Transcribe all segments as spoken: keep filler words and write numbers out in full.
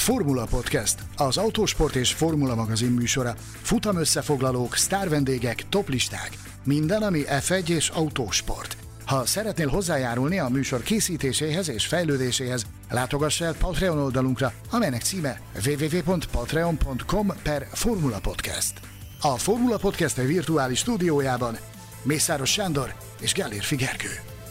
Formula Podcast, az autósport és formula magazin műsora. Futam összefoglalók, sztárvendégek, toplisták. Minden, ami ef egy és autósport. Ha szeretnél hozzájárulni a műsor készítéséhez és fejlődéséhez, látogass el Patreon oldalunkra, amelynek címe double-u double-u double-u pont patreon pont com per Formula Podcast. A Formula Podcast virtuális stúdiójában Mészáros Sándor és Gellérfi Gergő.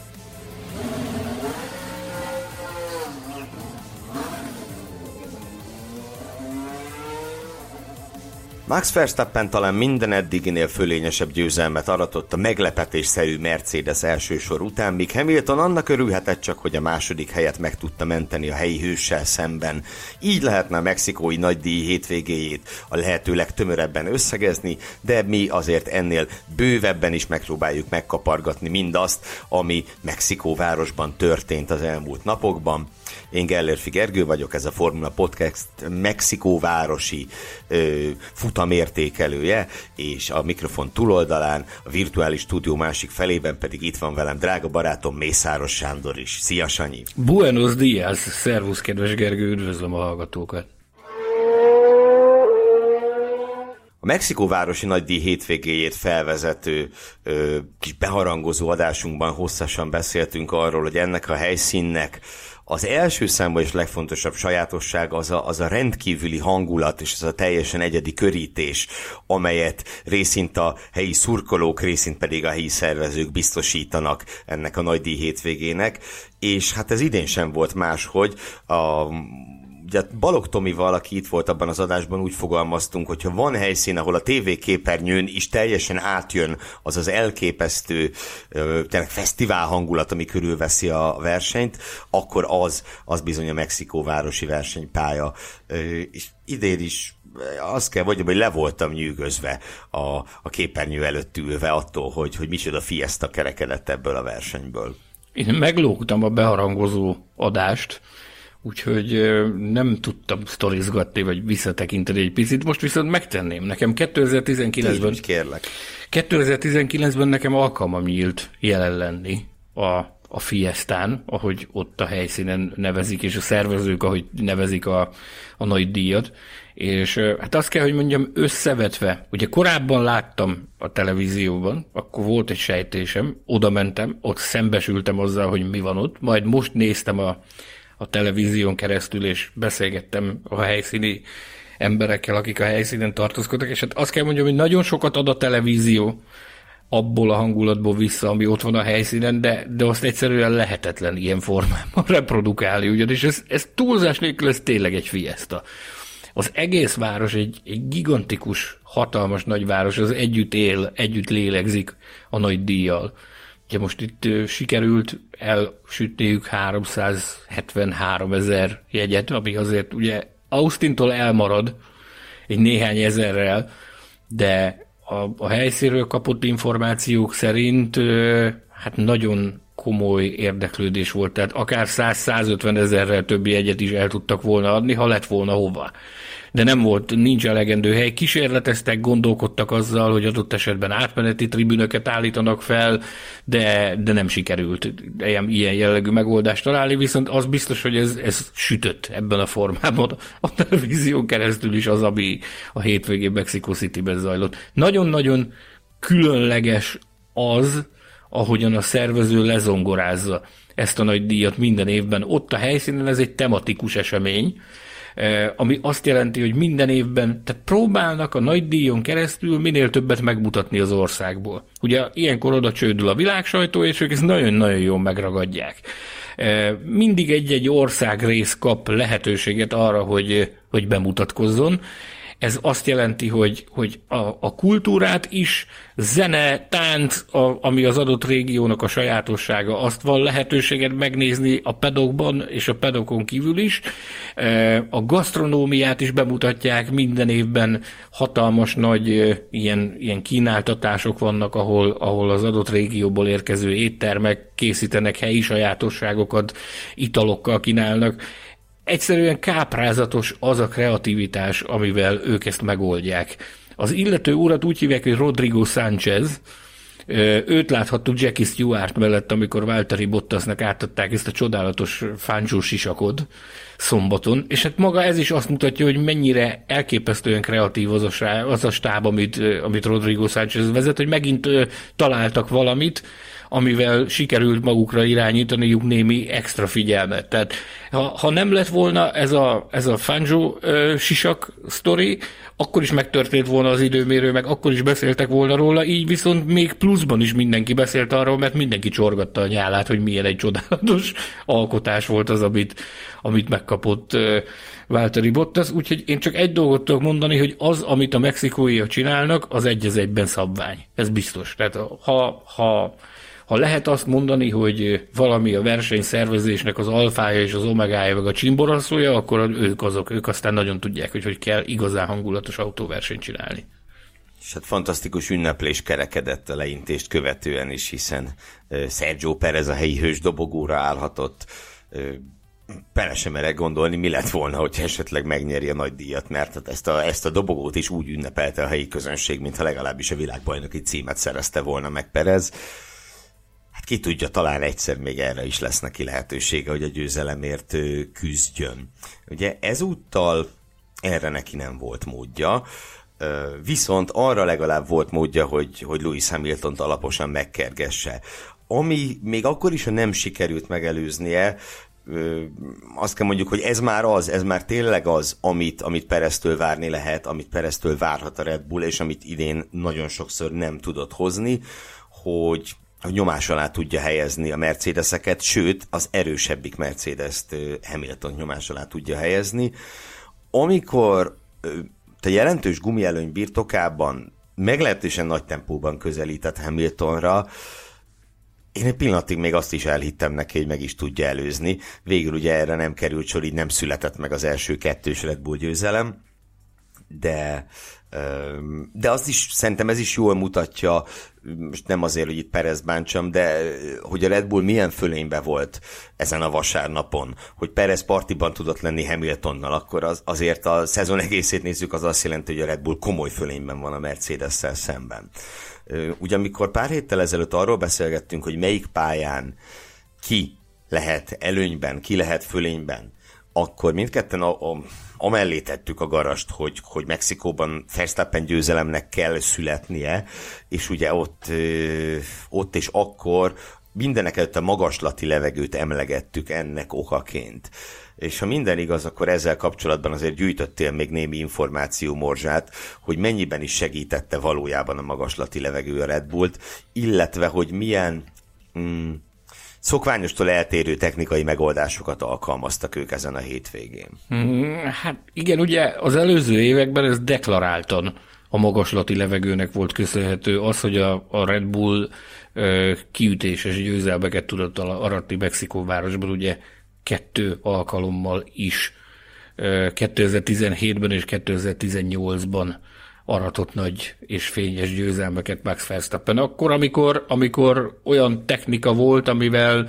Max Verstappen talán minden eddiginél fölényesebb győzelmet aratott a meglepetésszerű Mercedes első sor után, míg Hamilton annak örülhetett csak, hogy a második helyet meg tudta menteni a helyi hőssel szemben. Így lehetne a mexikói nagydíj hétvégéjét a lehető legtömörebben összegezni, de mi azért ennél bővebben is megpróbáljuk megkapargatni mindazt, ami Mexikó városban történt az elmúlt napokban. Én Gellérfi Gergő vagyok, ez a Formula Podcast Mexikó városi ö, futamértékelője, és a mikrofon túloldalán, a virtuális stúdió másik felében pedig itt van velem drága barátom Mészáros Sándor is. Szia, Sanyi! Buenos días! Szervusz, kedves Gergő, üdvözlöm a hallgatókat! A Mexikó városi nagydíj hétvégéjét felvezető ö, kis beharangozó adásunkban hosszasan beszéltünk arról, hogy ennek a helyszínnek az első számú és legfontosabb sajátosság az a, az a rendkívüli hangulat és az a teljesen egyedi körítés, amelyet részint a helyi szurkolók, részint pedig a helyi szervezők biztosítanak ennek a nagydíj hétvégének, és hát ez idén sem volt máshogy. A Ugye Balogh Tomival, aki itt volt abban az adásban, úgy fogalmaztunk, hogyha van helyszín, ahol a tévéképernyőn is teljesen átjön az az elképesztő tényleg fesztivál hangulat, ami körülveszi a versenyt, akkor az, az bizony a mexikóvárosi versenypálya. És idén is azt kell mondjam, hogy le voltam nyűgözve a, a képernyő előtt ülve attól, hogy, hogy micsoda fiesta kerekedett ebből a versenyből. Én meglógtam a beharangozó adást, úgyhogy nem tudtam sztorizgatni, vagy visszatekinteni egy picit, most viszont megtenném. Nekem kétezer-tizenkilencben, kérlek. kétezer-tizenkilencben nekem alkalmam nyílt jelen lenni a, a Fiestán, ahogy ott a helyszínen nevezik, és a szervezők, ahogy nevezik a, a nagy díjat. És hát azt kell, hogy mondjam, összevetve, ugye korábban láttam a televízióban, akkor volt egy sejtésem, oda mentem, ott szembesültem azzal, hogy mi van ott, majd most néztem a a televízión keresztül, és beszélgettem a helyszíni emberekkel, akik a helyszínen tartózkodtak, és hát azt kell mondjam, hogy nagyon sokat ad a televízió abból a hangulatból vissza, ami ott van a helyszínen, de, de azt egyszerűen lehetetlen ilyen formában reprodukálni, ugyanis ez, ez túlzás nélkül, ez tényleg egy fiesta. Az egész város egy, egy gigantikus, hatalmas nagyváros, az együtt él, együtt lélegzik a nagy díjjal. Ugye most itt uh, sikerült elsütniük háromszázhetvenhárom ezer jegyet, ami azért ugye Austintól elmarad egy néhány ezerrel, de a, a helyszínről kapott információk szerint uh, hát nagyon komoly érdeklődés volt, tehát akár száz-százötven ezerrel többi jegyet is el tudtak volna adni, ha lett volna hova. De nem volt, nincs elegendő hely. Kísérleteztek, gondolkodtak azzal, hogy adott esetben átmeneti tribünöket állítanak fel, de, de nem sikerült ilyen, ilyen jellegű megoldást találni, viszont az biztos, hogy ez, ez sütött ebben a formában. A televízión keresztül is az, ami a hétvégén Mexico Cityben zajlott. Nagyon-nagyon különleges az, ahogyan a szervező lezongorázza ezt a nagy díjat minden évben. Ott a helyszínen ez egy tematikus esemény, ami azt jelenti, hogy minden évben, tehát próbálnak a nagy díjon keresztül minél többet megmutatni az országból. Ugye ilyenkor oda csődül a világsajtó, és ők ezt nagyon-nagyon jól megragadják. Mindig egy-egy országrész kap lehetőséget arra, hogy, hogy bemutatkozzon. Ez azt jelenti, hogy, hogy a, a kultúrát is, zene, tánc, a, ami az adott régiónak a sajátossága, azt van lehetőséget megnézni a pedokban és a pedokon kívül is. A gasztronómiát is bemutatják, minden évben hatalmas nagy ilyen, ilyen kínáltatások vannak, ahol, ahol az adott régióból érkező éttermek készítenek helyi sajátosságokat, italokkal kínálnak. Egyszerűen káprázatos az a kreativitás, amivel ők ezt megoldják. Az illető urat úgy hívják, hogy Rodrigo Sánchez, Őt láthattuk Jackie Stewart mellett, amikor Valtteri Bottasnak átadták ezt a csodálatos Fangio sisakot szombaton, és hát maga ez is azt mutatja, hogy mennyire elképesztően kreatív az a, az a stáb, amit, amit Rodrigo Sánchez vezet, hogy megint találtak valamit, amivel sikerült magukra irányítaniuk némi extra figyelmet. Tehát ha, ha nem lett volna ez a, ez a Fangio ö, sisak sztori, akkor is megtörtént volna az időmérő, meg akkor is beszéltek volna róla, így viszont még pluszban is mindenki beszélt arról, mert mindenki csorgatta a nyálát, hogy milyen egy csodálatos alkotás volt az, amit, amit megkapott ö, Valtteri Bottas. Úgyhogy én csak egy dolgot tudok mondani, hogy az, amit a mexikóiak csinálnak, az egy az egyben szabvány. Ez biztos. Tehát ha, ha Ha lehet azt mondani, hogy valami a versenyszervezésnek az alfája és az omegája, meg a csimboraszója, akkor ők azok, ők aztán nagyon tudják, hogy hogy kell igazán hangulatos autóversenyt csinálni. És hát fantasztikus ünneplés kerekedett a leintést követően is, hiszen Sergio Perez a helyi hős dobogóra állhatott. Bele sem merek gondolni, mi lett volna, hogyha esetleg megnyeri a nagy díjat, mert ezt a, ezt a dobogót is úgy ünnepelte a helyi közönség, mintha legalábbis a világbajnoki címet szerezte volna meg Perez. Hát ki tudja, talán egyszer még erre is lesz neki lehetősége, hogy a győzelemért küzdjön. Ugye ezúttal erre neki nem volt módja, viszont arra legalább volt módja, hogy, hogy Lewis Hamiltont alaposan megkergesse. Ami még akkor is, ha nem sikerült megelőznie, azt kell mondjuk, hogy ez már az, ez már tényleg az, amit, amit Pereztől várni lehet, amit Pereztől várhat a Red Bull, és amit idén nagyon sokszor nem tudott hozni, hogy hogy nyomás alá tudja helyezni a Mercedeseket, sőt, az erősebbik Mercedes-t Hamilton nyomás alá tudja helyezni. Amikor a jelentős gumielőny birtokában meglehetősen nagy tempóban közelített Hamiltonra, én egy pillanatig még azt is elhittem neki, hogy meg is tudja előzni. Végül ugye erre nem került sor, így nem született meg az első kettős Red Bull győzelem, de... de azt is, szerintem ez is jól mutatja, most nem azért, hogy itt Perez bántsam, de hogy a Red Bull milyen fölényben volt ezen a vasárnapon, hogy Perez partiban tudott lenni Hamiltonnal, akkor az, azért a szezon egészét nézzük, az azt jelenti, hogy a Red Bull komoly fölényben van a Mercedes-szel szemben. Ugye amikor pár héttel ezelőtt arról beszélgettünk, hogy melyik pályán ki lehet előnyben, ki lehet fölényben, akkor mindketten a, a, amellé tettük a garast, hogy, hogy Mexikóban Verstappen győzelemnek kell születnie, és ugye ott, ö, ott és akkor mindenek előtt a magaslati levegőt emlegettük ennek okaként. És ha minden igaz, akkor ezzel kapcsolatban azért gyűjtöttél még némi információ morzsát, hogy mennyiben is segítette valójában a magaslati levegő a Red Bullt, illetve hogy milyen... Mm, szokványostól eltérő technikai megoldásokat alkalmaztak ők ezen a hétvégén. Hát igen, ugye az előző években ez deklaráltan a magaslati levegőnek volt köszönhető az, hogy a, a Red Bull ö, kiütéses győzelmeket tudott aratni Mexikóvárosban, ugye kettő alkalommal is, ö, kétezer-tizenhétben és kétezer-tizennyolcban aratott nagy és fényes győzelmeket Max Verstappen. Akkor, amikor, amikor olyan technika volt, amivel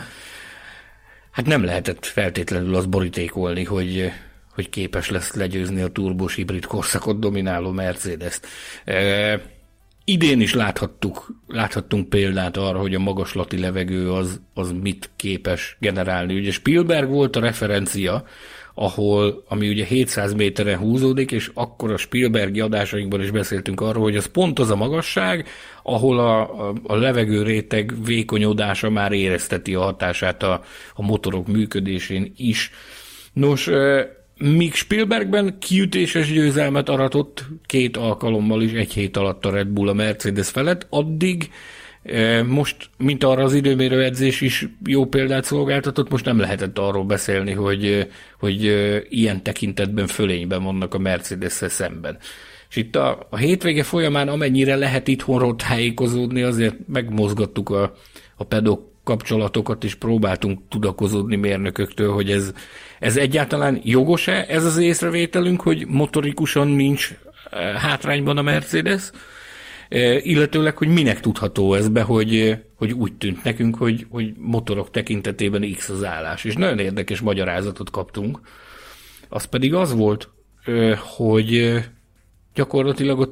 hát nem lehetett feltétlenül azt borítékolni, hogy, hogy képes lesz legyőzni a turbós hibrid korszakot domináló Mercedes-t. E, idén is láthattuk, láthattunk példát arra, hogy a magaslati levegő az, az mit képes generálni. Ugye Spielberg volt a referencia, ahol, ami ugye hétszáz méteren húzódik, és akkor a Spielbergi adásainkban is beszéltünk arról, hogy az pont az a magasság, ahol a, a, a levegő réteg vékonyodása már érezteti a hatását a, a motorok működésén is. Nos, míg Spielbergben kiütéses győzelmet aratott két alkalommal is egy hét alatt a Red Bull a Mercedes felett, addig most, mint arra az időmérő edzés is jó példát szolgáltatott, most nem lehetett arról beszélni, hogy, hogy ilyen tekintetben fölényben vannak a Mercedes-szel szemben. És itt a, a hétvége folyamán, amennyire lehet itthonról tájékozódni, azért megmozgattuk a, a pedok kapcsolatokat, és próbáltunk tudakozódni mérnököktől, hogy ez, ez egyáltalán jogos-e ez az észrevételünk, hogy motorikusan nincs hátrányban a Mercedes, illetőleg, hogy minek tudható ez be, hogy, hogy úgy tűnt nekünk, hogy, hogy motorok tekintetében X az állás. És nagyon érdekes magyarázatot kaptunk. Az pedig az volt, hogy gyakorlatilag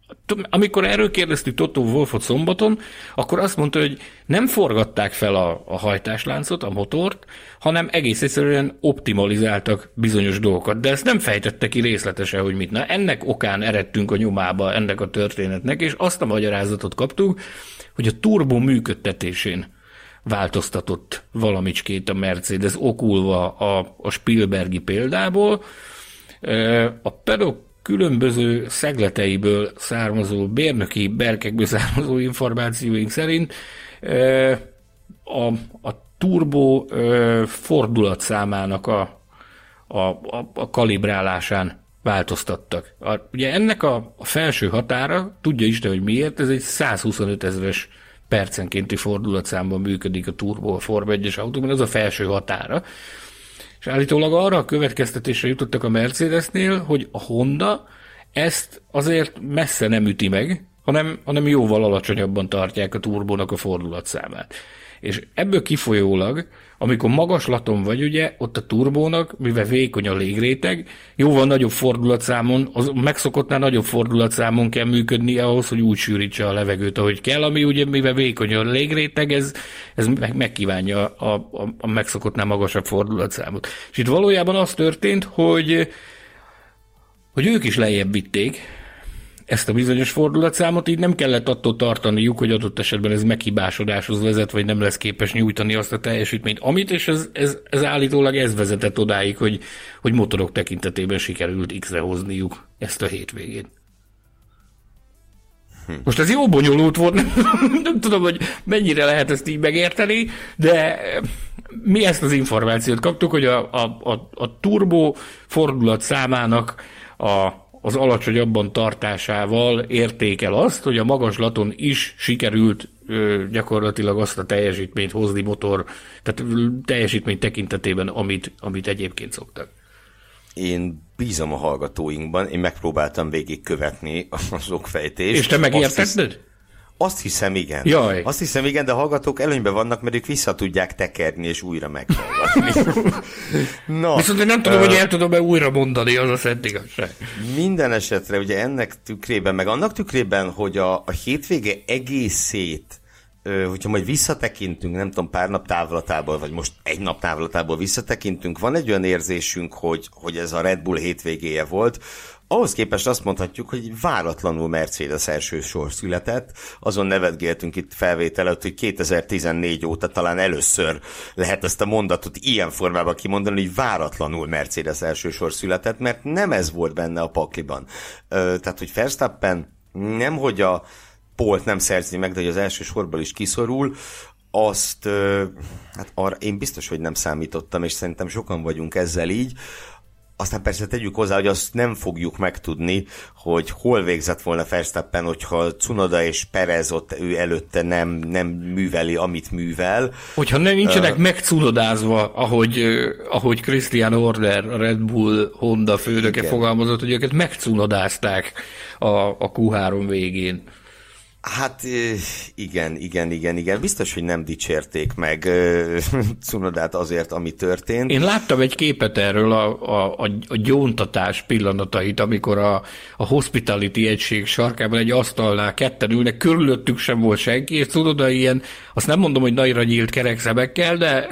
amikor erről kérdeztük Toto Wolffot szombaton, akkor azt mondta, hogy nem forgatták fel a, a hajtásláncot, a motort, hanem egész egyszerűen optimalizáltak bizonyos dolgokat. De ezt nem fejtette ki részletesen, hogy mit. Na, ennek okán eredtünk a nyomába ennek a történetnek, és azt a magyarázatot kaptuk, hogy a turbó működtetésén változtatott valamicskét a Mercedes, okulva a, a Spielbergi példából. A pedok különböző szegleteiből származó, bérnöki berkekből származó információink szerint a, a turbó fordulatszámának a, a, a, a kalibrálásán változtattak. A, ugye ennek a, a felső határa, tudja Isten, hogy miért, ez egy százhuszonöt ezeres percenkénti fordulatszámban működik a turbó a Form egyes autóban, az a felső határa. És állítólag arra a következtetésre jutottak a Mercedesnél, hogy a Honda ezt azért messze nem üti meg, hanem, hanem jóval alacsonyabban tartják a turbónak a fordulatszámát. És ebből kifolyólag, amikor magaslaton vagy, ugye, ott a turbónak, mivel vékony a légréteg, jóval nagyobb fordulatszámon, az megszokottnál nagyobb fordulatszámon kell működnie ahhoz, hogy úgy sűrítse a levegőt, ahogy kell, ami ugye, mivel vékony a légréteg, ez, ez megkívánja a, a, a megszokottnál magasabb fordulatszámot. És itt valójában az történt, hogy, hogy ők is lejjebb vitték ezt a bizonyos fordulatszámot, így nem kellett attól tartaniuk, hogy adott esetben ez meghibásodáshoz vezet, vagy nem lesz képes nyújtani azt a teljesítményt, amit, és ez, ez, ez állítólag ez vezetett odáig, hogy, hogy motorok tekintetében sikerült X-re hozniuk ezt a hétvégét. Hm. Most ez jó bonyolult volt, nem, nem tudom, hogy mennyire lehet ezt így megérteni, de mi ezt az információt kaptuk, hogy a, a, a, a turbó fordulat számának a az alacsonyabban tartásával értékel azt, hogy a magaslaton is sikerült ö, gyakorlatilag azt a teljesítményt hozni motor, tehát teljesítmény tekintetében, amit, amit egyébként szoktak. Én bízom a hallgatóinkban, én megpróbáltam végig követni az okfejtést. És te megértetted? Azt hiszem, igen. Jaj. Azt hiszem, igen, de a hallgatók előnyben vannak, mert ők vissza tudják tekerni, és újra meghallgatni. No, viszont én nem tudom, uh, hogy el tudom-e újra mondani, az a szent igazság. Minden esetre, ugye ennek tükrében, meg annak tükrében, hogy a, a hétvége egészét, uh, hogyha majd visszatekintünk, nem tudom, pár nap távlatából, vagy most egy nap távlatából visszatekintünk, van egy olyan érzésünk, hogy, hogy ez a Red Bull hétvégéje volt. Ahhoz képest azt mondhatjuk, hogy váratlanul Mercedes első sor született. Azon nevetgéltünk itt felvétel előtt, hogy kétezer-tizennégy óta talán először lehet ezt a mondatot ilyen formában kimondani, hogy váratlanul Mercedes első sor született, mert nem ez volt benne a pakliban. Tehát, hogy Verstappen nemhogy a polt nem szerzi meg, de hogy az első sorból is kiszorul, azt hát arra én biztos, hogy nem számítottam, és szerintem sokan vagyunk ezzel így. Aztán persze tegyük hozzá, hogy azt nem fogjuk megtudni, hogy hol végzett volna Verstappen, hogyha Tsunoda és Perez ott ő előtte nem, nem műveli, amit művel. Hogyha nem nincsenek uh, megcunodázva, ahogy, ahogy Christian Horner, a Red Bull Honda főnöke igen. fogalmazott, hogy őket megcunodázták a, a kú három végén. Hát igen, igen, igen, igen. Biztos, hogy nem dicsérték meg Cunodát azért, ami történt. Én láttam egy képet erről a, a, a, a gyóntatás pillanatait, amikor a, a hospitality egység sarkában egy asztalnál ketten ülnek, körülöttük sem volt senki, és Cunoda ilyen, azt nem mondom, hogy nagyra nyílt kerekszemekkel, de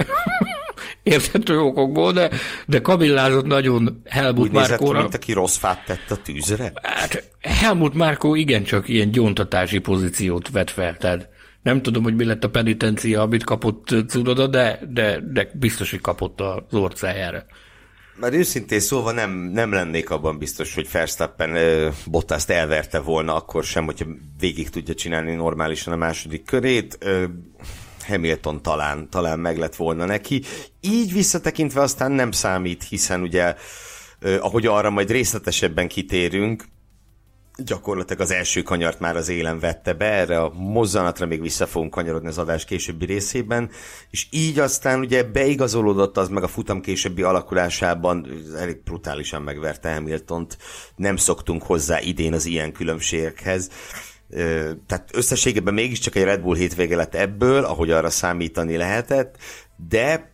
érthető okokból, de, de kabillázott nagyon Helmut Márkóra. Úgy nézett, mint aki rossz fát tett a tűzre? Hát Helmut Márkó igencsak ilyen gyóntatási pozíciót vett fel, tehát nem tudom, hogy mi lett a penitencia, amit kapott Cunoda, de, de, de biztos, hogy kapott az orcájára. Már őszintén szóval nem, nem lennék abban biztos, hogy Verstappen uh, Bottaszt elverte volna akkor sem, hogyha végig tudja csinálni normálisan a második körét. Uh, Hamilton talán, talán meg lett volna neki. Így visszatekintve aztán nem számít, hiszen ugye, uh, ahogy arra majd részletesebben kitérünk, gyakorlatilag az első kanyart már az élen vette be, erre a mozzanatra még vissza fogunk kanyarodni az adás későbbi részében, és így aztán ugye beigazolódott az meg a futam későbbi alakulásában, elég brutálisan megverte Hamiltont, nem szoktunk hozzá idén az ilyen különbségekhez. Tehát összességében mégiscsak egy Red Bull hétvége lett ebből, ahogy arra számítani lehetett, de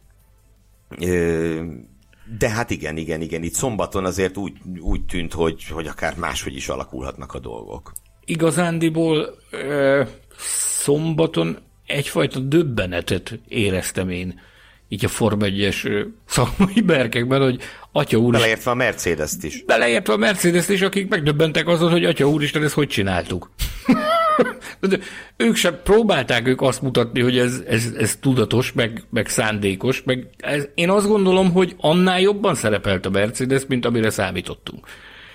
de hát igen, igen, igen, itt szombaton azért úgy, úgy tűnt, hogy, hogy akár máshogy is alakulhatnak a dolgok. igazándiból ö, szombaton egyfajta döbbenetet éreztem én így a Form egyes szakmai berkekben, hogy atya úr... Beleértve a Mercedes-t is. Beleértve a Mercedes-t is, akik megdöbbentek azon, hogy atya úristen, ezt hogy csináltuk. De ők sem próbálták ők azt mutatni, hogy ez, ez, ez tudatos, meg, meg szándékos, meg ez, én azt gondolom, hogy annál jobban szerepelt a Mercedes, mint amire számítottunk.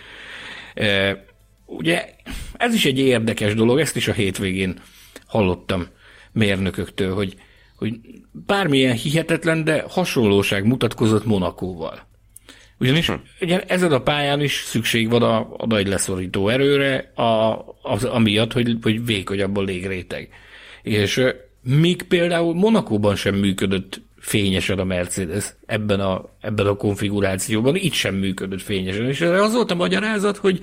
E, ugye ez is egy érdekes dolog, ezt is a hétvégén hallottam mérnököktől, hogy, hogy bármilyen hihetetlen, de hasonlóság mutatkozott Monacóval. Ugyanis hm. ugye ezen a pályán is szükség van a, a nagy leszorító erőre, a, az, amiatt, hogy, hogy vékonyabb a légréteg. És míg például Monacóban sem működött fényesen a Mercedes ebben a, ebben a konfigurációban, itt sem működött fényesen. És az volt a magyarázat, hogy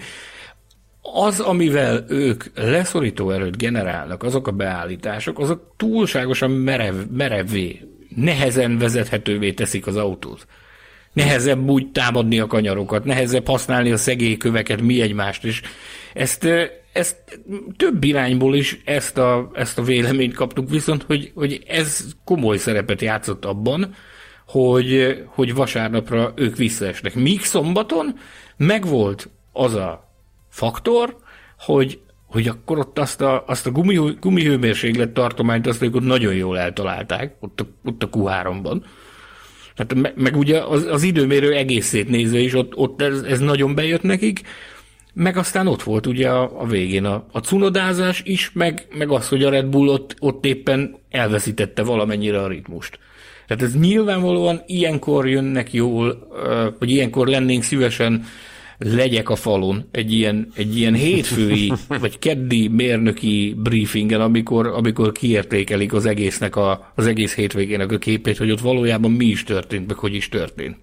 az, amivel ők leszorító erőt generálnak, azok a beállítások, azok túlságosan merev, merevvé, nehezen vezethetővé teszik az autót. Nehezebb úgy támadni a kanyarokat, nehezebb használni a szegélyköveket, mi egymást is. Ezt, ezt több irányból is ezt a, ezt a véleményt kaptuk, viszont, hogy, hogy ez komoly szerepet játszott abban, hogy, hogy vasárnapra ők visszaesnek. Míg szombaton megvolt az a faktor, hogy, hogy akkor ott azt a, azt a gumi, gumihőmérséklet tartományt azt ott nagyon jól eltalálták, ott a, ott a kú háromban. Hát meg, meg ugye az, az időmérő egészét nézve is, ott, ott ez, ez nagyon bejött nekik, meg aztán ott volt ugye a, a végén a, a cunodázás is, meg, meg az, hogy a Red Bull ott, ott éppen elveszítette valamennyire a ritmust. Tehát ez nyilvánvalóan ilyenkor jönnek jól, vagy ilyenkor lennénk szívesen legyek a falon egy ilyen, egy ilyen hétfői, vagy keddi mérnöki briefingen, amikor, amikor kiértékelik az egésznek a, az egész hétvégének a képét, hogy ott valójában mi is történt, meg hogy is történt.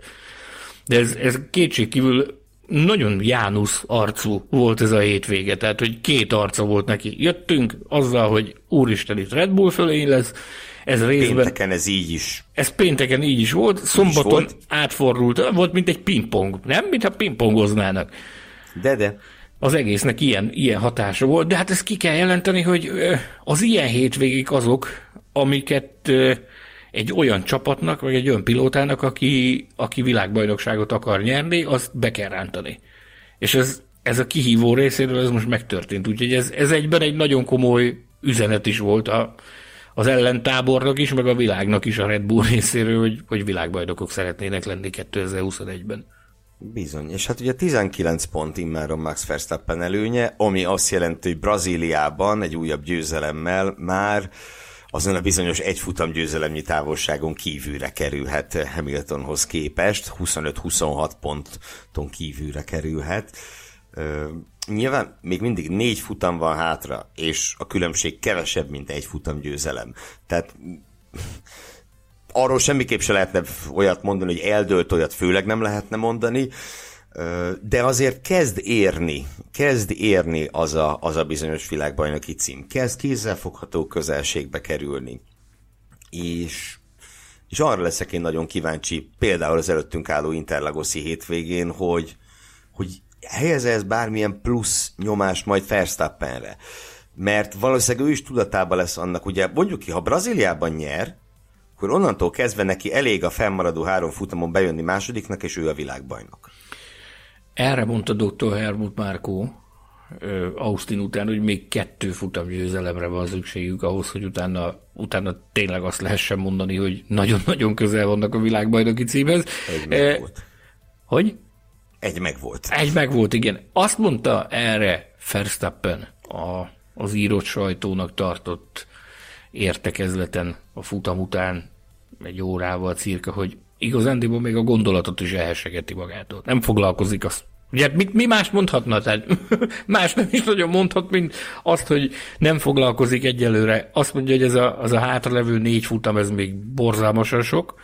De ez, ez kétségkívül nagyon Jánusz arcú volt ez a hétvége, tehát hogy két arca volt neki. Jöttünk azzal, hogy úristen, itt Red Bull fölé lesz, ez részben... Pénteken ez így is. Ez pénteken így is volt, szombaton volt. Átfordult, volt, mint egy pingpong, nem? Mintha pingpongoznának. De, de. Az egésznek ilyen, ilyen hatása volt, de hát ezt ki kell jelenteni, hogy az ilyen hétvégék azok, amiket egy olyan csapatnak, vagy egy olyan pilótának, aki, aki világbajnokságot akar nyerni, azt be kell rántani. És ez, ez a kihívó részéről ez most megtörtént, úgyhogy ez, ez egyben egy nagyon komoly üzenet is volt a az ellentábornak is, meg a világnak is a Red Bull részéről, hogy, hogy világbajnokok szeretnének lenni kétezer-huszonegyben. Bizony, és hát ugye tizenkilenc pont immáron Max Verstappen előnye, ami azt jelenti, hogy Brazíliában egy újabb győzelemmel már azon a bizonyos egy futam győzelemnyi távolságon kívülre kerülhet Hamiltonhoz képest, huszonöt-huszonhat ponton kívülre kerülhet. Nyilván még mindig négy futam van hátra, és a különbség kevesebb, mint egy futam győzelem. Tehát arról semmiképp se lehetne olyat mondani, hogy eldőlt, olyat főleg nem lehetne mondani, de azért kezd érni, kezd érni az a, az a bizonyos világbajnoki cím. Kezd kézzelfogható közelségbe kerülni. És, és arra leszek én nagyon kíváncsi, például az előttünk álló Interlagoszi hétvégén, hogy, hogy helyez ez bármilyen plusz nyomást majd Verstappenre. Mert valószínűleg ő is tudatában lesz annak, ugye mondjuk ki, ha Brazíliában nyer, akkor onnantól kezdve neki elég a fennmaradó három futamon bejönni másodiknak, és ő a világbajnok. Erre mondta doktor Helmut Marko Austin után, hogy még kettő futamgyőzelemre van szükségük ahhoz, hogy utána, utána tényleg azt lehessen mondani, hogy nagyon-nagyon közel vannak a világbajnoki címhez. Egy meg volt. Hogy? Egy meg volt. Egy meg volt, igen. Azt mondta erre Verstappen a, az írott sajtónak tartott értekezleten a futam után egy órával cirka, hogy igazándiból még a gondolatot is elhessegeti magától. Nem foglalkozik azt. Ugye mit, mi más mondhatna? Tehát más nem is nagyon mondhat, mint azt, hogy nem foglalkozik egyelőre. Azt mondja, hogy ez a, az a hátralevő négy futam, ez még borzalmasan sok.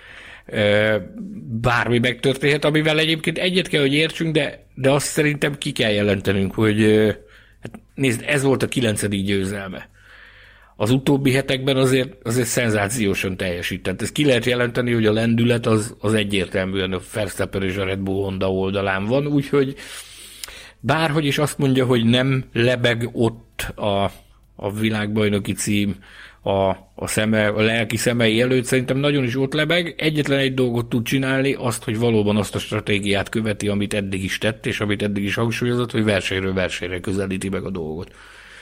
Bármi megtörténhet, amivel egyébként egyet kell, hogy értsünk, de, de azt szerintem ki kell jelentenünk, hogy hát nézd, ez volt a kilencedik győzelme. Az utóbbi hetekben azért, azért szenzációsan teljesített. Ezt ki lehet jelenteni, hogy a lendület az, az egyértelműen a Verstappen és a Red Bull Honda oldalán van, úgyhogy bárhogy is azt mondja, hogy nem lebeg ott a, a világbajnoki cím a, a, szeme, a lelki szemei előtt, szerintem nagyon is ott lebeg. Egyetlen egy dolgot tud csinálni, azt, hogy valóban azt a stratégiát követi, amit eddig is tett, és amit eddig is hangsúlyozott, hogy versenyről versenyre közelíti meg a dolgot.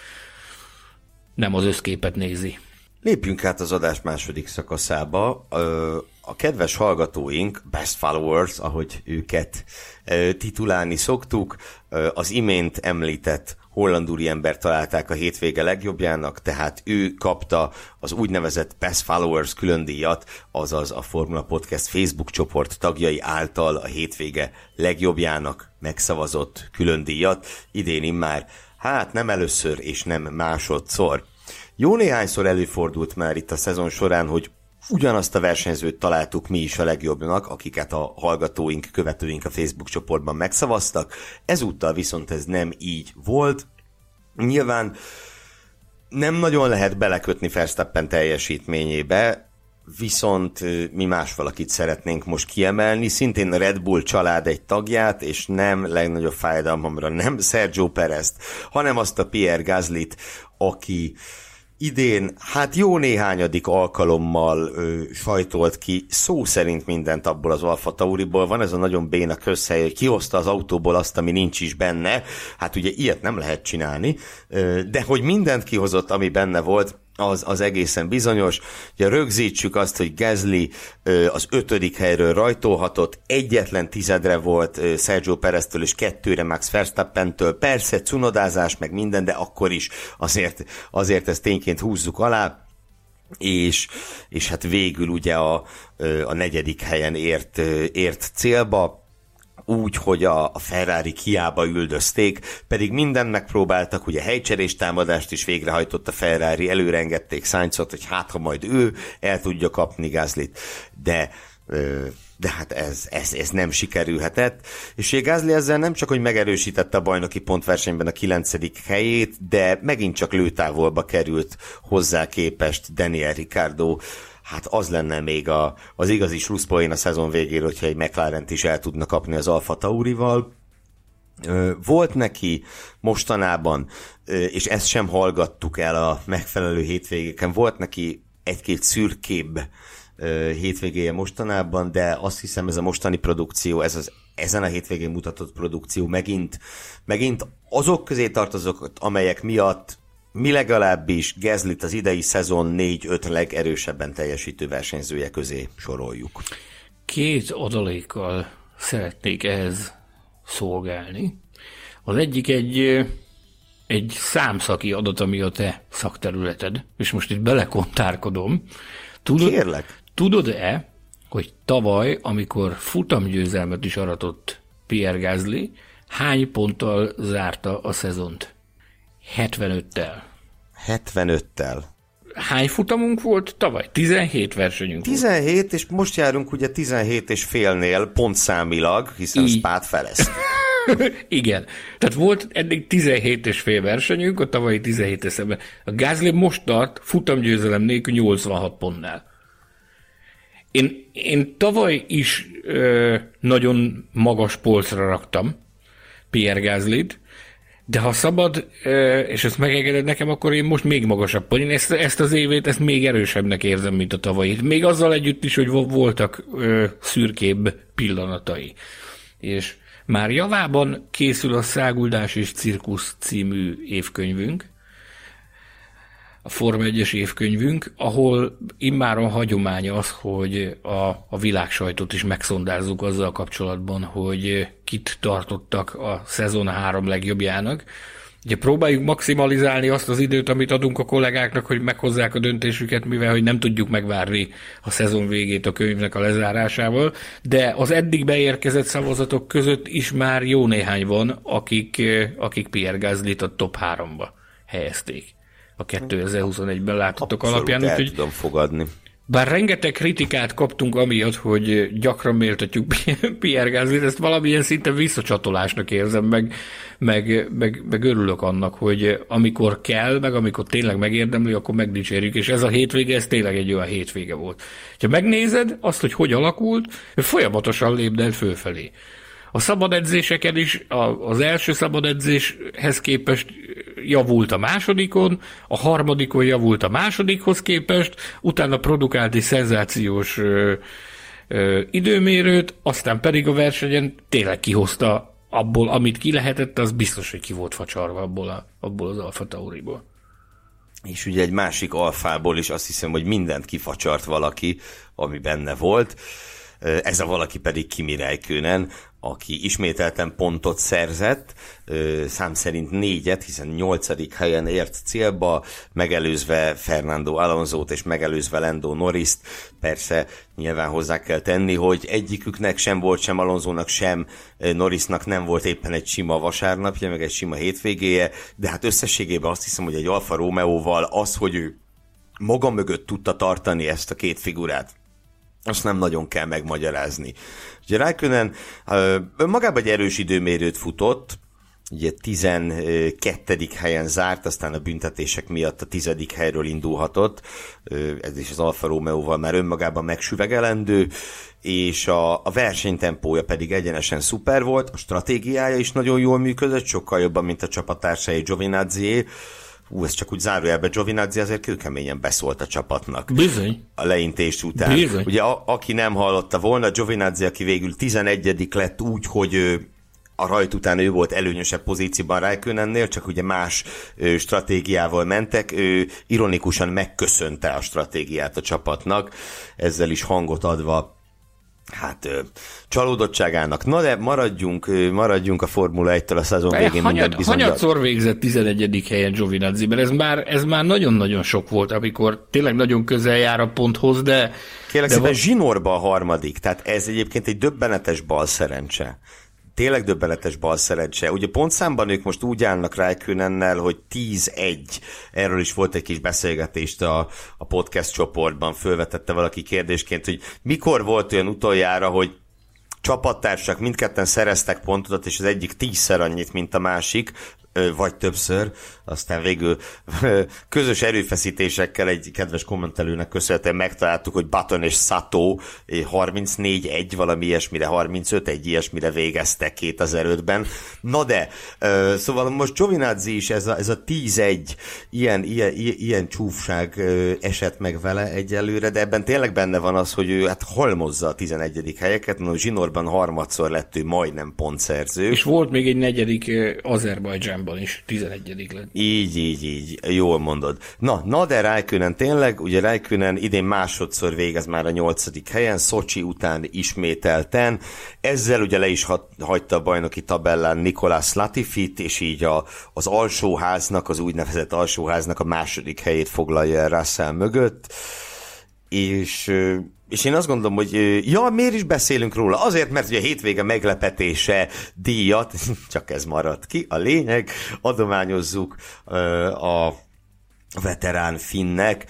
Nem az összképet nézi. Lépjünk át az adás második szakaszába. A kedves hallgatóink, best followers, ahogy őket titulálni szoktuk, az imént említett holland úriember találták a hétvége legjobbjának, tehát ő kapta az úgynevezett Best Followers különdíjat, azaz a Formula Podcast Facebook csoport tagjai által a hétvége legjobbjának megszavazott különdíjat. Idén immár, hát nem először és nem másodszor. Jó néhányszor előfordult már itt a szezon során, hogy ugyanazt a versenyzőt találtuk mi is a legjobbnak, akiket a hallgatóink, követőink a Facebook csoportban megszavaztak. Ezúttal viszont ez nem így volt. Nyilván nem nagyon lehet belekötni Verstappen teljesítményébe, viszont mi más valakit szeretnénk most kiemelni, szintén a Red Bull család egy tagját, és nem legnagyobb fájdalmamra nem Sergio Perezt, hanem azt a Pierre Gaslyt, aki idén, hát jó néhányadik alkalommal ö, sajtolt ki szó szerint mindent abból az Alfa Tauriból. Van ez a nagyon béna közhely, hogy kihozta az autóból azt, ami nincs is benne. Hát ugye ilyet nem lehet csinálni, ö, de hogy mindent kihozott, ami benne volt, az, az egészen bizonyos. Ugye rögzítsük azt, hogy Gasly ö, az ötödik helyről rajtolhatott, egyetlen tizedre volt ö, Sergio Pereztől és kettőre Max Verstappentől. Persze cunodázás meg minden, de akkor is azért, azért ezt tényként húzzuk alá. És, és hát végül ugye a, a negyedik helyen ért, ért célba, úgy, hogy a, a Ferrari hiába üldözték, pedig mindent megpróbáltak, ugye helycserés támadást is végrehajtott a Ferrari, előrengették Sainzot, hogy hát ha majd ő el tudja kapni Gaslyt, de de hát ez, ez, ez nem sikerülhetett, és ugye Gasly ezzel nem csak, hogy megerősítette a bajnoki pontversenyben a kilencedik helyét, de megint csak lőtávolba került hozzá képest Daniel Ricciardo. Hát az lenne még a, az igazi slusszpoén a szezon végéről, hogyha egy McLarent is el tudna kapni az Alfa Taurival. Volt neki mostanában, és ezt sem hallgattuk el a megfelelő hétvégéken, volt neki egy-két szürkébb hétvégéje mostanában, de azt hiszem ez a mostani produkció, ez az ezen a hétvégén mutatott produkció megint, megint azok közé tartozok, amelyek miatt mi legalábbis Gaslyt az idei szezon négy-öt legerősebben teljesítő versenyzője közé soroljuk. Két adalékkal szeretnék ehhez szolgálni. Az egyik egy, egy számszaki adat, ami a te szakterületed, és most itt belekontárkodom. Tudod, Kérlek. Tudod-e, hogy tavaly, amikor futamgyőzelmet is aratott Pierre Gasly, hány ponttal zárta a szezont? hetvenöttel. hetvenöttel. Hány futamunk volt tavaly? tizenhét versenyünk tizenhét, volt. És most járunk ugye tizenhét és félnél pontszámilag, hiszen Így. Spát feleszt. Igen. Tehát volt eddig tizenhét és fél versenyünk, a tavalyi tizenhét eszemben. A Gasly most tart futamgyőzelem nélkül nyolcvanhat pontnál. Én, én tavaly is ö, nagyon magas polcra raktam Pierre Gaslyt, de ha szabad, és ezt megengeded nekem, akkor én most még magasabb. Én ezt, ezt az évét ezt még erősebbnek érzem, mint a tavalyit. Még azzal együtt is, hogy voltak ö, szürkébb pillanatai. És már javában készül a Száguldás és Cirkusz című évkönyvünk, a Forma egyes évkönyvünk, ahol immáron hagyomány az, hogy a, a világsajtot is megszondázzuk azzal kapcsolatban, hogy kit tartottak a szezon három legjobbjának. Ugye próbáljuk maximalizálni azt az időt, amit adunk a kollégáknak, hogy meghozzák a döntésüket, mivel hogy nem tudjuk megvárni a szezon végét a könyvnek a lezárásával, de az eddig beérkezett szavazatok között is már jó néhány van, akik, akik Pierre Gaslyt a top háromba helyezték a kétezer-huszonegyben látottak alapján. El tudom fogadni. Bár rengeteg kritikát kaptunk amiatt, hogy gyakran méltatjuk Pierre Gaslyt, ezt valamilyen szinten visszacsatolásnak érzem, meg, meg, meg, meg örülök annak, hogy amikor kell, meg amikor tényleg megérdemli, akkor megdicsérjük, és ez a hétvége, ez tényleg egy olyan hétvége volt. Ha megnézed azt, hogy hogy alakult, folyamatosan lépdelt fölfelé. A szabad edzéseken is az első szabad edzéshez képest javult a másodikon, a harmadikon javult a másodikhoz képest, utána produkált egy szenzációs ö, ö, időmérőt, aztán pedig a versenyen tényleg kihozta abból, amit ki lehetett, az biztos, hogy ki volt facsarva abból, a, abból az Alfa Tauriból. És ugye egy másik alfából is azt hiszem, hogy mindent kifacsart valaki, ami benne volt. Ez a valaki pedig Kimi Räikkönen, aki ismételten pontot szerzett, szám szerint négyet, hiszen nyolcadik helyen ért célba, megelőzve Fernando Alonsót és megelőzve Lando Norrist. Persze nyilván hozzá kell tenni, hogy egyiküknek sem volt, sem Alonsónak, sem Norrisnak nem volt éppen egy sima vasárnapja, meg egy sima hétvégéje, de hát összességében azt hiszem, hogy egy Alfa Romeóval az, hogy ő maga mögött tudta tartani ezt a két figurát, azt nem nagyon kell megmagyarázni. Ugye Räikkönen önmagában egy erős időmérőt futott, ugye tizenkettedik helyen zárt, aztán a büntetések miatt a tizedik helyről indulhatott, ez is az Alfa Romeóval már önmagában megsüvegelendő, és a, a versenytempója pedig egyenesen szuper volt, a stratégiája is nagyon jól működött, sokkal jobban, mint a csapattársai Giovinazzié. Ú, ez csak úgy zárójelben, Giovinazzi azért kőkeményen beszólt a csapatnak. Bizony. A leintés után. Bizony. Ugye a, aki nem hallotta volna, Giovinazzi, aki végül tizenegyedik lett úgy, hogy ő, a rajt után ő volt előnyösebb pozícióban Räikkönennél, csak ugye más ő, stratégiával mentek, ő ironikusan megköszönte a stratégiát a csapatnak, ezzel is hangot adva hát ö, csalódottságának. Na de maradjunk, ö, maradjunk a Formula egytől a szezon végén. Hanyad, hanyadszor végzett tizenegyedik helyen Giovinazzi, mert ez már, ez már nagyon-nagyon sok volt, amikor tényleg nagyon közel jár a ponthoz, de... Kérlek de szépen, van... zsinórba a harmadik, tehát ez egyébként egy döbbenetes balszerencse. Tényleg döbbenetes balszerencse. Ugye pontszámban ők most úgy állnak Räikkönennel, hogy tíz egy. Erről is volt egy kis beszélgetést a, a podcast csoportban. Fölvetette valaki kérdésként, hogy mikor volt olyan utoljára, hogy csapattársak mindketten szereztek pontot, és az egyik tízszer annyit, mint a másik, vagy többször, aztán végül közös erőfeszítésekkel egy kedves kommentelőnek köszönhetően megtaláltuk, hogy Button és Sato harmincnégy egy, valami ilyesmire, harmincöt egy ilyesmire végeztek kétezer-ötben. Na de, szóval most Giovinazzi is ez a, ez a tíz egy ilyen, ilyen, ilyen csúfság esett meg vele egyelőre, de ebben tényleg benne van az, hogy ő hát halmozza a tizenegyedik helyeket, no, zsinórban harmadszor lett ő majdnem pontszerző. És volt még egy negyedik Azerbajdzsánban is, tizenegyedik lett. Így, így, így, jól mondod. Na, na de Räikkönen tényleg, ugye Räikkönen idén másodszor végez már a nyolcadik helyen, Szocsi után ismételten, ezzel ugye le is hagyta a bajnoki tabellán Nicolas Latifit, és így a, az alsóháznak, az úgynevezett alsóháznak a második helyét foglalja el Russell mögött, és... És én azt gondolom, hogy ja, miért is beszélünk róla? Azért, mert ugye a hétvége meglepetése díjat, csak ez maradt ki, a lényeg, adományozzuk a veterán finnek,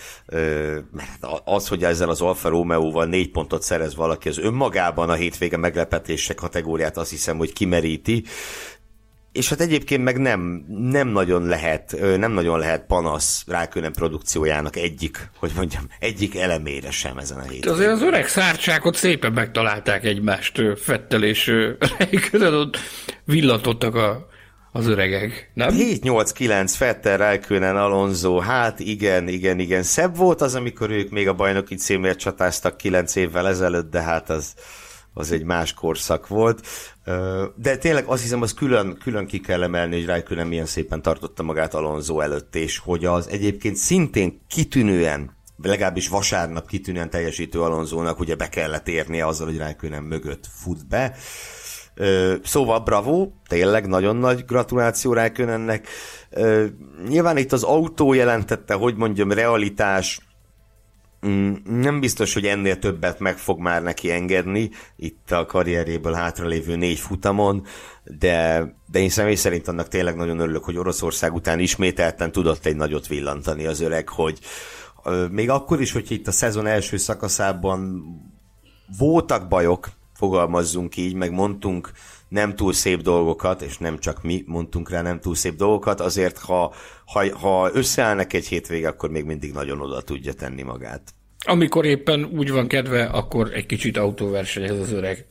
mert az, hogy ezzel az Alfa Romeóval négy pontot szerez valaki, az önmagában a hétvége meglepetése kategóriát azt hiszem, hogy kimeríti. És hát egyébként meg nem, nem nagyon lehet, nem nagyon lehet panasz Räikkönen produkciójának egyik, hogy mondjam, egyik elemére sem ezen a héten. Azért az öreg szárcsákot szépen megtalálták egymást, Vettel és Räikkönen, ott villantottak a, az öregek, nem? hét nyolc kilenc Vettel, Räikkönen, Alonso, hát igen, igen, igen. Szebb volt az, amikor ők még a bajnoki címért csatáztak kilenc évvel ezelőtt, de hát az... az egy más korszak volt. De tényleg azt hiszem, az külön, külön ki kell emelni, hogy Räikkönen milyen szépen tartotta magát Alonso előtt, és hogy az egyébként szintén kitűnően, legalábbis vasárnap kitűnően teljesítő Alonsónak ugye be kellett érnie azzal, hogy Räikkönen mögött fut be. Szóval bravo, tényleg nagyon nagy gratuláció Räikkönennek. Nyilván itt az autó jelentette, hogy mondjam, realitás, nem biztos, hogy ennél többet meg fog már neki engedni itt a karrierjéből hátralévő négy futamon, de, de én személy szerint annak tényleg nagyon örülök, hogy Oroszország után ismételten tudott egy nagyot villantani az öreg, hogy még akkor is, hogy itt a szezon első szakaszában voltak bajok, fogalmazzunk így, meg mondtunk nem túl szép dolgokat, és nem csak mi mondtunk rá nem túl szép dolgokat, azért ha, ha, ha összeállnak egy hétvége, akkor még mindig nagyon oda tudja tenni magát. Amikor éppen úgy van kedve, akkor egy kicsit autóversenyez az öreg, nem?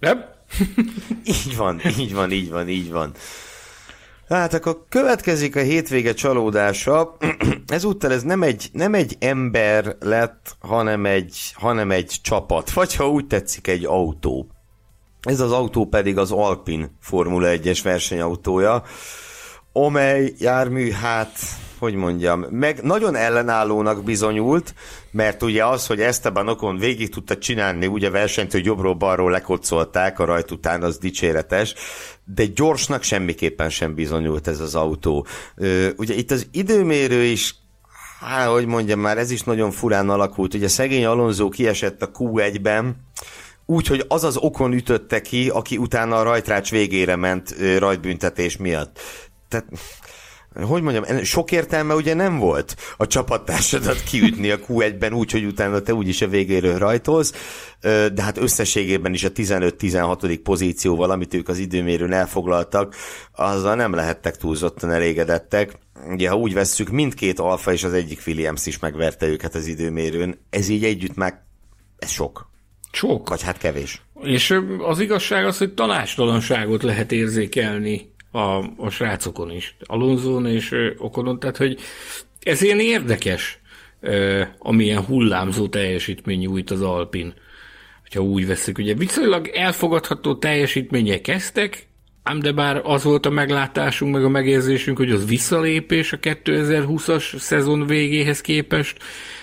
Így van, így van, így van, így van. Hát akkor következik a hétvége csalódása. Ezúttal ez nem egy, nem egy ember lett, hanem egy, hanem egy csapat. Vagy ha úgy tetszik, egy autó. Ez az autó pedig az Alpine Formula egyes versenyautója, amely jármű, hát, hogy mondjam, meg nagyon ellenállónak bizonyult, mert ugye az, hogy Esteban Ocon végig tudta csinálni úgy a versenyt, hogy jobbról-balról lekocolták a rajt után, az dicséretes, de gyorsnak semmiképpen sem bizonyult ez az autó. Ugye itt az időmérő is, hát, hogy mondjam, már ez is nagyon furán alakult. Ugye szegény Alonso kiesett a kú egyben, úgyhogy az az Ocon ütötte ki, aki utána a rajtrács végére ment rajtbüntetés miatt. Tehát, hogy mondjam, sok értelme ugye nem volt a csapattársadat kiütni a kú egyben úgy, hogy utána te úgyis a végéről rajtolsz, de hát összességében is a tizenöt-tizenhatodik pozícióval, amit ők az időmérőn elfoglaltak, azzal nem lehettek túlzottan elégedettek. Ugye, ha úgy vesszük, mindkét Alfa és az egyik Williams is megverte őket az időmérőn. Ez így együtt már, ez sok. Sok. Vagy hát kevés. És az igazság az, hogy tanácstalanságot lehet érzékelni a, a srácokon is. Alonson és Oconon, tehát hogy ez ilyen érdekes, amilyen hullámzó teljesítmény nyújt az Alpine. Ha úgy veszük, ugye viszonylag elfogadható teljesítmények kezdtek, ám de bár az volt a meglátásunk, meg a megérzésünk, hogy az visszalépés a kétezer-húszas szezon végéhez képest.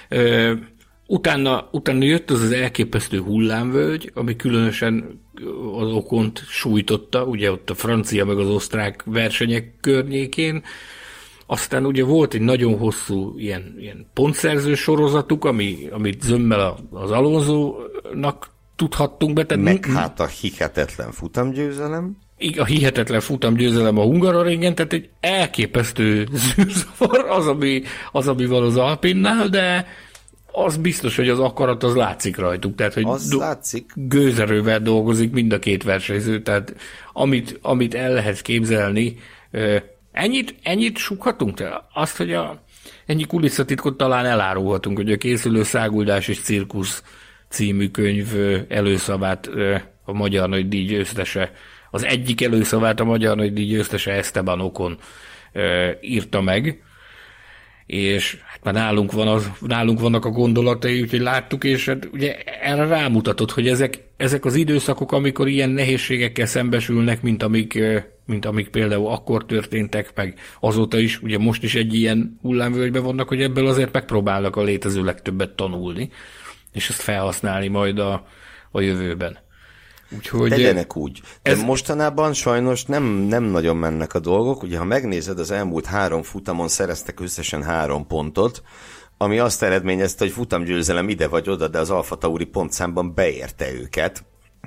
Utána, utána jött az az elképesztő hullámvölgy, ami különösen az Ocont sújtotta, ugye ott a francia meg az osztrák versenyek környékén. Aztán ugye volt egy nagyon hosszú ilyen, ilyen pontszerző sorozatuk, ami, amit zömmel az Alonsónak tudhattunk be. Tehát meg hát a hihetetlen futamgyőzelem. A hihetetlen futamgyőzelem a Hungaroringen, tehát egy elképesztő zűrzavar az, ami, az, ami van az Alpinnál, de az biztos, hogy az akarat az látszik rajtuk, tehát hogy az do- látszik. Gőzerővel dolgozik mind a két versenyző, tehát amit, amit el lehet képzelni, ennyit, ennyit sukhatunk? Tehát azt, hogy a, ennyi kulisszatitkot talán elárulhatunk, hogy a készülő Száguldás és Cirkusz című könyv előszavát a Magyar Nagydíj győztese, az egyik előszavát a Magyar Nagydíj győztese Esteban Ocon írta meg, és hát már nálunk, van az, nálunk vannak a gondolatai, úgyhogy láttuk, és hát ugye erre rámutatott, hogy ezek, ezek az időszakok, amikor ilyen nehézségekkel szembesülnek, mint amik, mint amik például akkor történtek, meg azóta is, ugye most is egy ilyen hullámvölgyben vannak, hogy ebből azért megpróbálnak a létező legtöbbet tanulni, és ezt felhasználni majd a, a jövőben. Úgyhogy tegyenek úgy. De ez... mostanában sajnos nem, nem nagyon mennek a dolgok. Ugye, ha megnézed, az elmúlt három futamon szereztek összesen három pontot, ami azt eredményezte, hogy futamgyőzelem ide vagy oda, de az Alfa Tauri pontszámban beérte őket.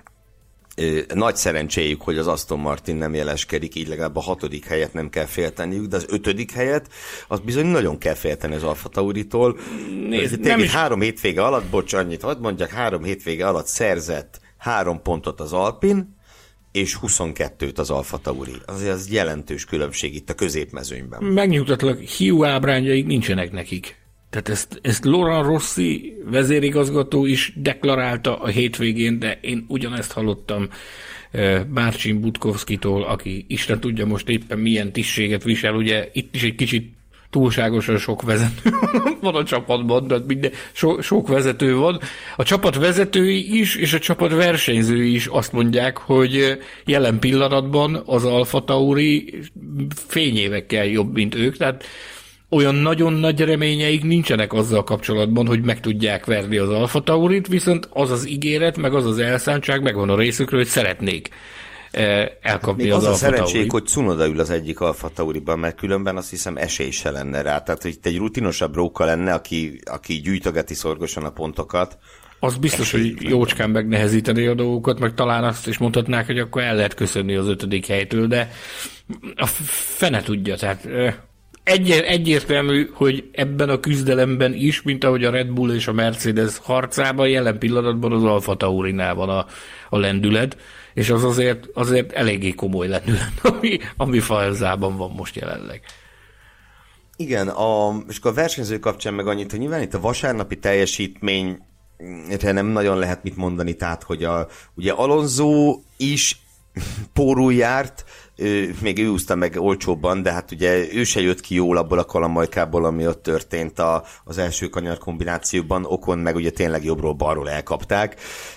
Nagy szerencséjük, hogy az Aston Martin nem jeleskedik, így legalább a hatodik helyet nem kell félteniük, de az ötödik helyet, az bizony nagyon kell félteni az Alfa Tauritól. Nézd, nem is... Három hétvége alatt, bocs, annyit hadd mondjak, három hétvége alatt szerzett három pontot az Alpine, és huszonkettőt az Alfa Tauri. Azért az jelentős különbség itt a középmezőnyben. Megnyugtatlak, hiú ábrányai nincsenek nekik. Tehát ezt, ezt Laurent Rossi vezérigazgató is deklarálta a hétvégén, de én ugyanezt hallottam Marcin Budkovskitól, aki Isten tudja most éppen milyen tisztséget visel. Ugye itt is egy kicsit túlságosan sok vezető van a csapatban, tehát minden, so, sok vezető van. A csapat vezetői is, és a csapat versenyzői is azt mondják, hogy jelen pillanatban az Alfa Tauri fényévekkel jobb, mint ők, tehát olyan nagyon nagy reményeik nincsenek azzal kapcsolatban, hogy meg tudják verni az Alfa Taurit, viszont az az ígéret, meg az az elszántság megvan a részükről, hogy szeretnék elkapni még az, az Alfa a szerencsék, Tauri. hogy Tsunoda ül az egyik Alfa Tauriban, mert különben azt hiszem esély se lenne rá. Tehát, hogy itt egy rutinosabb róka lenne, aki, aki gyűjtögeti szorgosan a pontokat. Az biztos, hogy jócskán megnehezíteni a dolgokat, meg talán azt is mondhatnák, hogy akkor el lehet köszönni az ötödik helytől, de a fene tudja, tehát egy, egyértelmű, hogy ebben a küzdelemben is, mint ahogy a Red Bull és a Mercedes harcában, jelen pillanatban az Alfa Taurinál van a, a lendület, és az azért, azért eléggé komoly lendület, ami, ami Falzában van most jelenleg. Igen, a, és a versenyző kapcsán meg annyit, hogy nyilván itt a vasárnapi teljesítmény nem nagyon lehet mit mondani, tehát, hogy a, ugye Alonso is pórul járt, még ő úszta meg olcsóbban, de hát ugye ő se jött ki jól abból a kalamajkából, ami ott történt a, az első kanyar kombinációban, Ocon meg ugye tényleg jobbról-balról elkapták.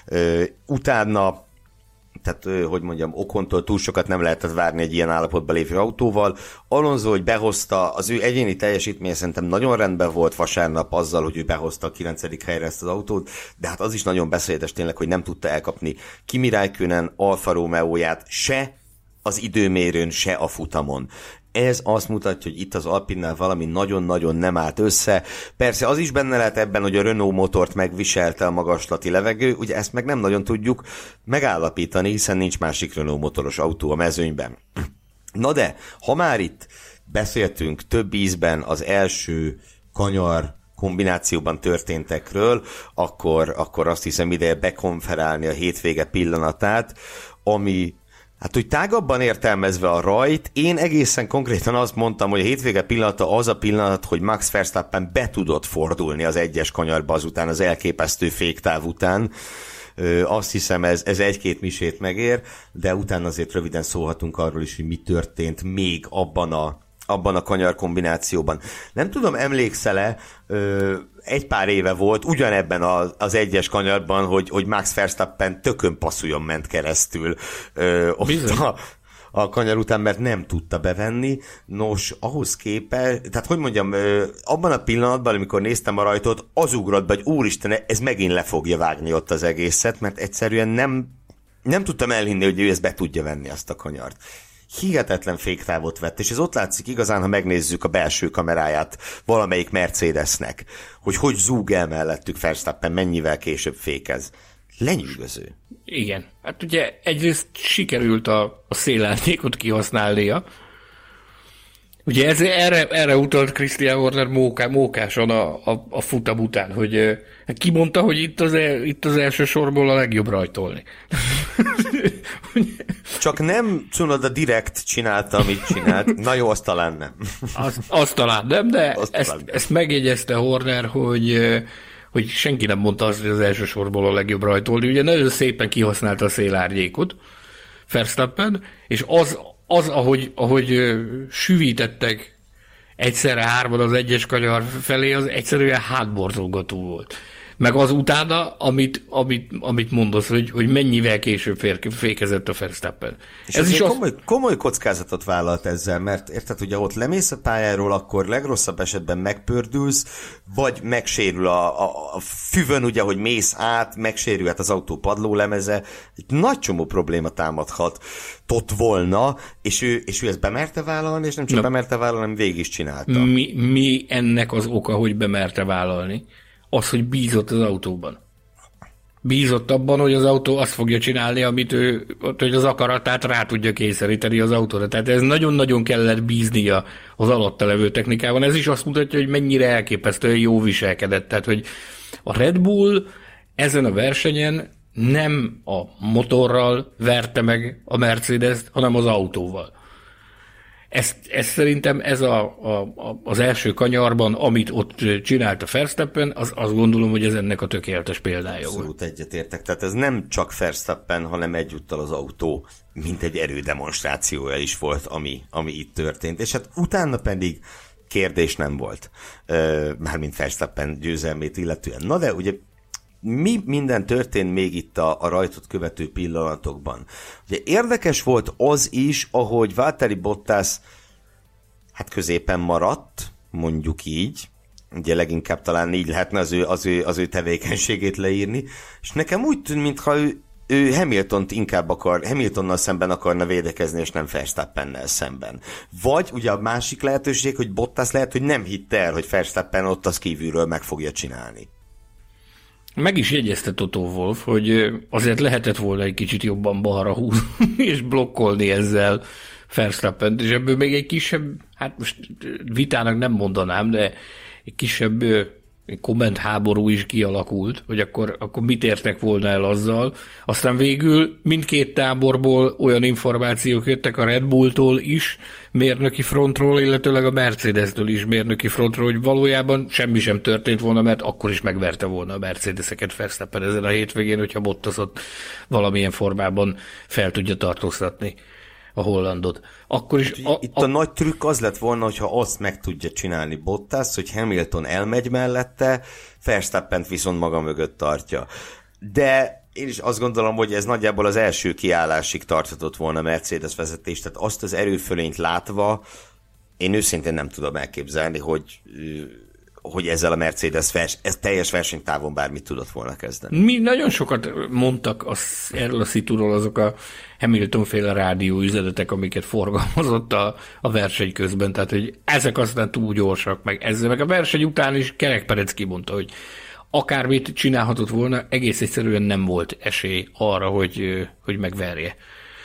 Utána, tehát hogy mondjam, Ocontól túl sokat nem lehetett várni egy ilyen állapotban lévő autóval. Alonso, hogy behozta, az ő egyéni teljesítmény szerintem nagyon rendben volt vasárnap azzal, hogy ő behozta a kilencedik helyre ezt az autót, de hát az is nagyon beszédes tényleg, hogy nem tudta elkapni Kimi Räikkönen Alfa Romeo-ját se az időmérőn, se a futamon. Ez azt mutatja, hogy itt az Alpinnál valami nagyon-nagyon nem állt össze. Persze az is benne lehet ebben, hogy a Renault motort megviselte a magaslati levegő, ugye ezt meg nem nagyon tudjuk megállapítani, hiszen nincs másik Renault motoros autó a mezőnyben. Na de, ha már itt beszéltünk több ízben az első kanyar kombinációban történtekről, akkor, akkor azt hiszem ideje bekonferálni a hétvége pillanatát, ami hát, hogy tágabban értelmezve a rajt, én egészen konkrétan azt mondtam, hogy a hétvége pillanata az a pillanat, hogy Max Verstappen be tudott fordulni az egyes kanyarba azután, az elképesztő féktáv után. Ö, azt hiszem ez, ez egy-két misét megér, de utána azért röviden szólhatunk arról is, hogy mi történt még abban a, abban a kanyar kombinációban. Nem tudom, emlékszel-e, ö, egy pár éve volt ugyanebben az, az egyes kanyarban, hogy, hogy Max Verstappen tökön passzuljon ment keresztül ö, ott a, a kanyar után, mert nem tudta bevenni. Nos, ahhoz képest, tehát hogy mondjam, ö, abban a pillanatban, amikor néztem a rajtot, az ugrott be, hogy úristen, ez megint le fogja vágni ott az egészet, mert egyszerűen nem, nem tudtam elhinni, hogy ő ezt be tudja venni, azt a kanyart. Hihetetlen féktávot vett, és ez ott látszik igazán, ha megnézzük a belső kameráját valamelyik Mercedesnek, hogy hogy zúg el mellettük Verstappen, mennyivel később fékez. Lenyűgöző. Igen. Hát ugye egyrészt sikerült a, a szélárnyékot kihasználnia. Ugye ez, erre, erre utalt Christian Horner móká, mókásan a, a, a futam után, hogy ki mondta, hogy itt az, itt az első sorból a legjobb rajtolni. Csak nem Tsunoda direkt csinálta, amit csinált. Na jó, azt talán nem. Azt, azt talán nem, de azt ezt, talán nem. ezt megjegyezte Horner, hogy, hogy senki nem mondta azt, hogy az első sorból a legjobb rajtolni. Ugye nagyon szépen kihasználta a szélárnyékot Verstappen, és az, az ahogy, ahogy süvítettek egyszerre hárman az egyes kanyar felé, az egyszerűen hátborzongató volt. Meg az utána, amit, amit, amit mondasz, hogy, hogy mennyivel később fékezett a Verstappen. És ez is komoly, az... komoly kockázatot vállalt ezzel, mert érted, ugye ott lemész a pályáról, akkor legrosszabb esetben megpördülsz, vagy megsérül a, a, a füvön, ugye, hogy mész át, megsérülhet az autó padlólemeze. Egy nagy csomó probléma támadhat tot volna, és ő, és ő ezt bemerte vállalni, és nem csak Na. bemerte vállalni, hanem végig is csinálta. Mi, mi ennek az oka, hogy bemerte vállalni? Az, hogy bízott az autóban. Bízott abban, hogy az autó azt fogja csinálni, amit ő, hogy az akaratát rá tudja kényszeríteni az autóra. Tehát ez nagyon-nagyon kellett bíznia az alatta levő technikában. Ez is azt mutatja, hogy mennyire elképesztően jó viselkedett. Tehát, hogy a Red Bull ezen a versenyen nem a motorral verte meg a Mercedes-t, hanem az autóval. Ez, ez szerintem ez a, a, az első kanyarban, amit ott csinált a Verstappen, az, azt gondolom, hogy ez ennek a tökéletes példája volt. Abszolút egyetértek. Tehát ez nem csak Verstappen, hanem egyúttal az autó, mint egy erődemonstrációja is volt, ami, ami itt történt. És hát utána pedig kérdés nem volt. Mármint Verstappen győzelmét illetően. Na de ugye mi minden történt még itt a, a rajtot követő pillanatokban? Ugye érdekes volt az is, ahogy Valtteri Bottas hát középen maradt, mondjuk így, ugye leginkább talán így lehetne az ő, az ő, az ő tevékenységét leírni, és nekem úgy tűnt, mintha ő, ő Hamiltont inkább akar, Hamiltonnal szemben akarna védekezni, és nem Verstappennel szemben. Vagy ugye a másik lehetőség, hogy Bottas lehet, hogy nem hitte el, hogy Verstappen ott az kívülről meg fogja csinálni. Meg is jegyezte Toto Wolff, hogy azért lehetett volna egy kicsit jobban balra húzni, és blokkolni ezzel Verstappent, és ebből még egy kisebb, hát most vitának nem mondanám, de egy kisebb kommentháború is kialakult, hogy akkor, akkor mit értek volna el azzal. Aztán végül mindkét táborból olyan információk jöttek a Red Bulltól is, mérnöki frontról, illetőleg a Mercedes-től is mérnöki frontról, hogy valójában semmi sem történt volna, mert akkor is megverte volna a Mercedeseket Verstappen ezen a hétvégén, hogyha Bottasot valamilyen formában fel tudja tartóztatni a hollandot. Akkor is a, Itt a, a nagy trükk az lett volna, hogyha azt meg tudja csinálni Bottas, hogy Hamilton elmegy mellette, Verstappent viszont maga mögött tartja. De én is azt gondolom, hogy ez nagyjából az első kiállásig tarthatott volna a Mercedes vezetés, tehát azt az erőfölényt látva én őszintén nem tudom elképzelni, hogy hogy ezzel a Mercedes vers, ez teljes versenytávon bármit tudott volna kezdeni. Mi nagyon sokat mondtak az, erről a szituról azok a Hamilton-féle rádió üzenetek, amiket forgalmazott a, a verseny közben, tehát hogy ezek aztán túl gyorsak, meg ezzel, meg a verseny után is Kerek Perec kimondta, hogy akármit csinálhatott volna, egész egyszerűen nem volt esély arra, hogy, hogy megverje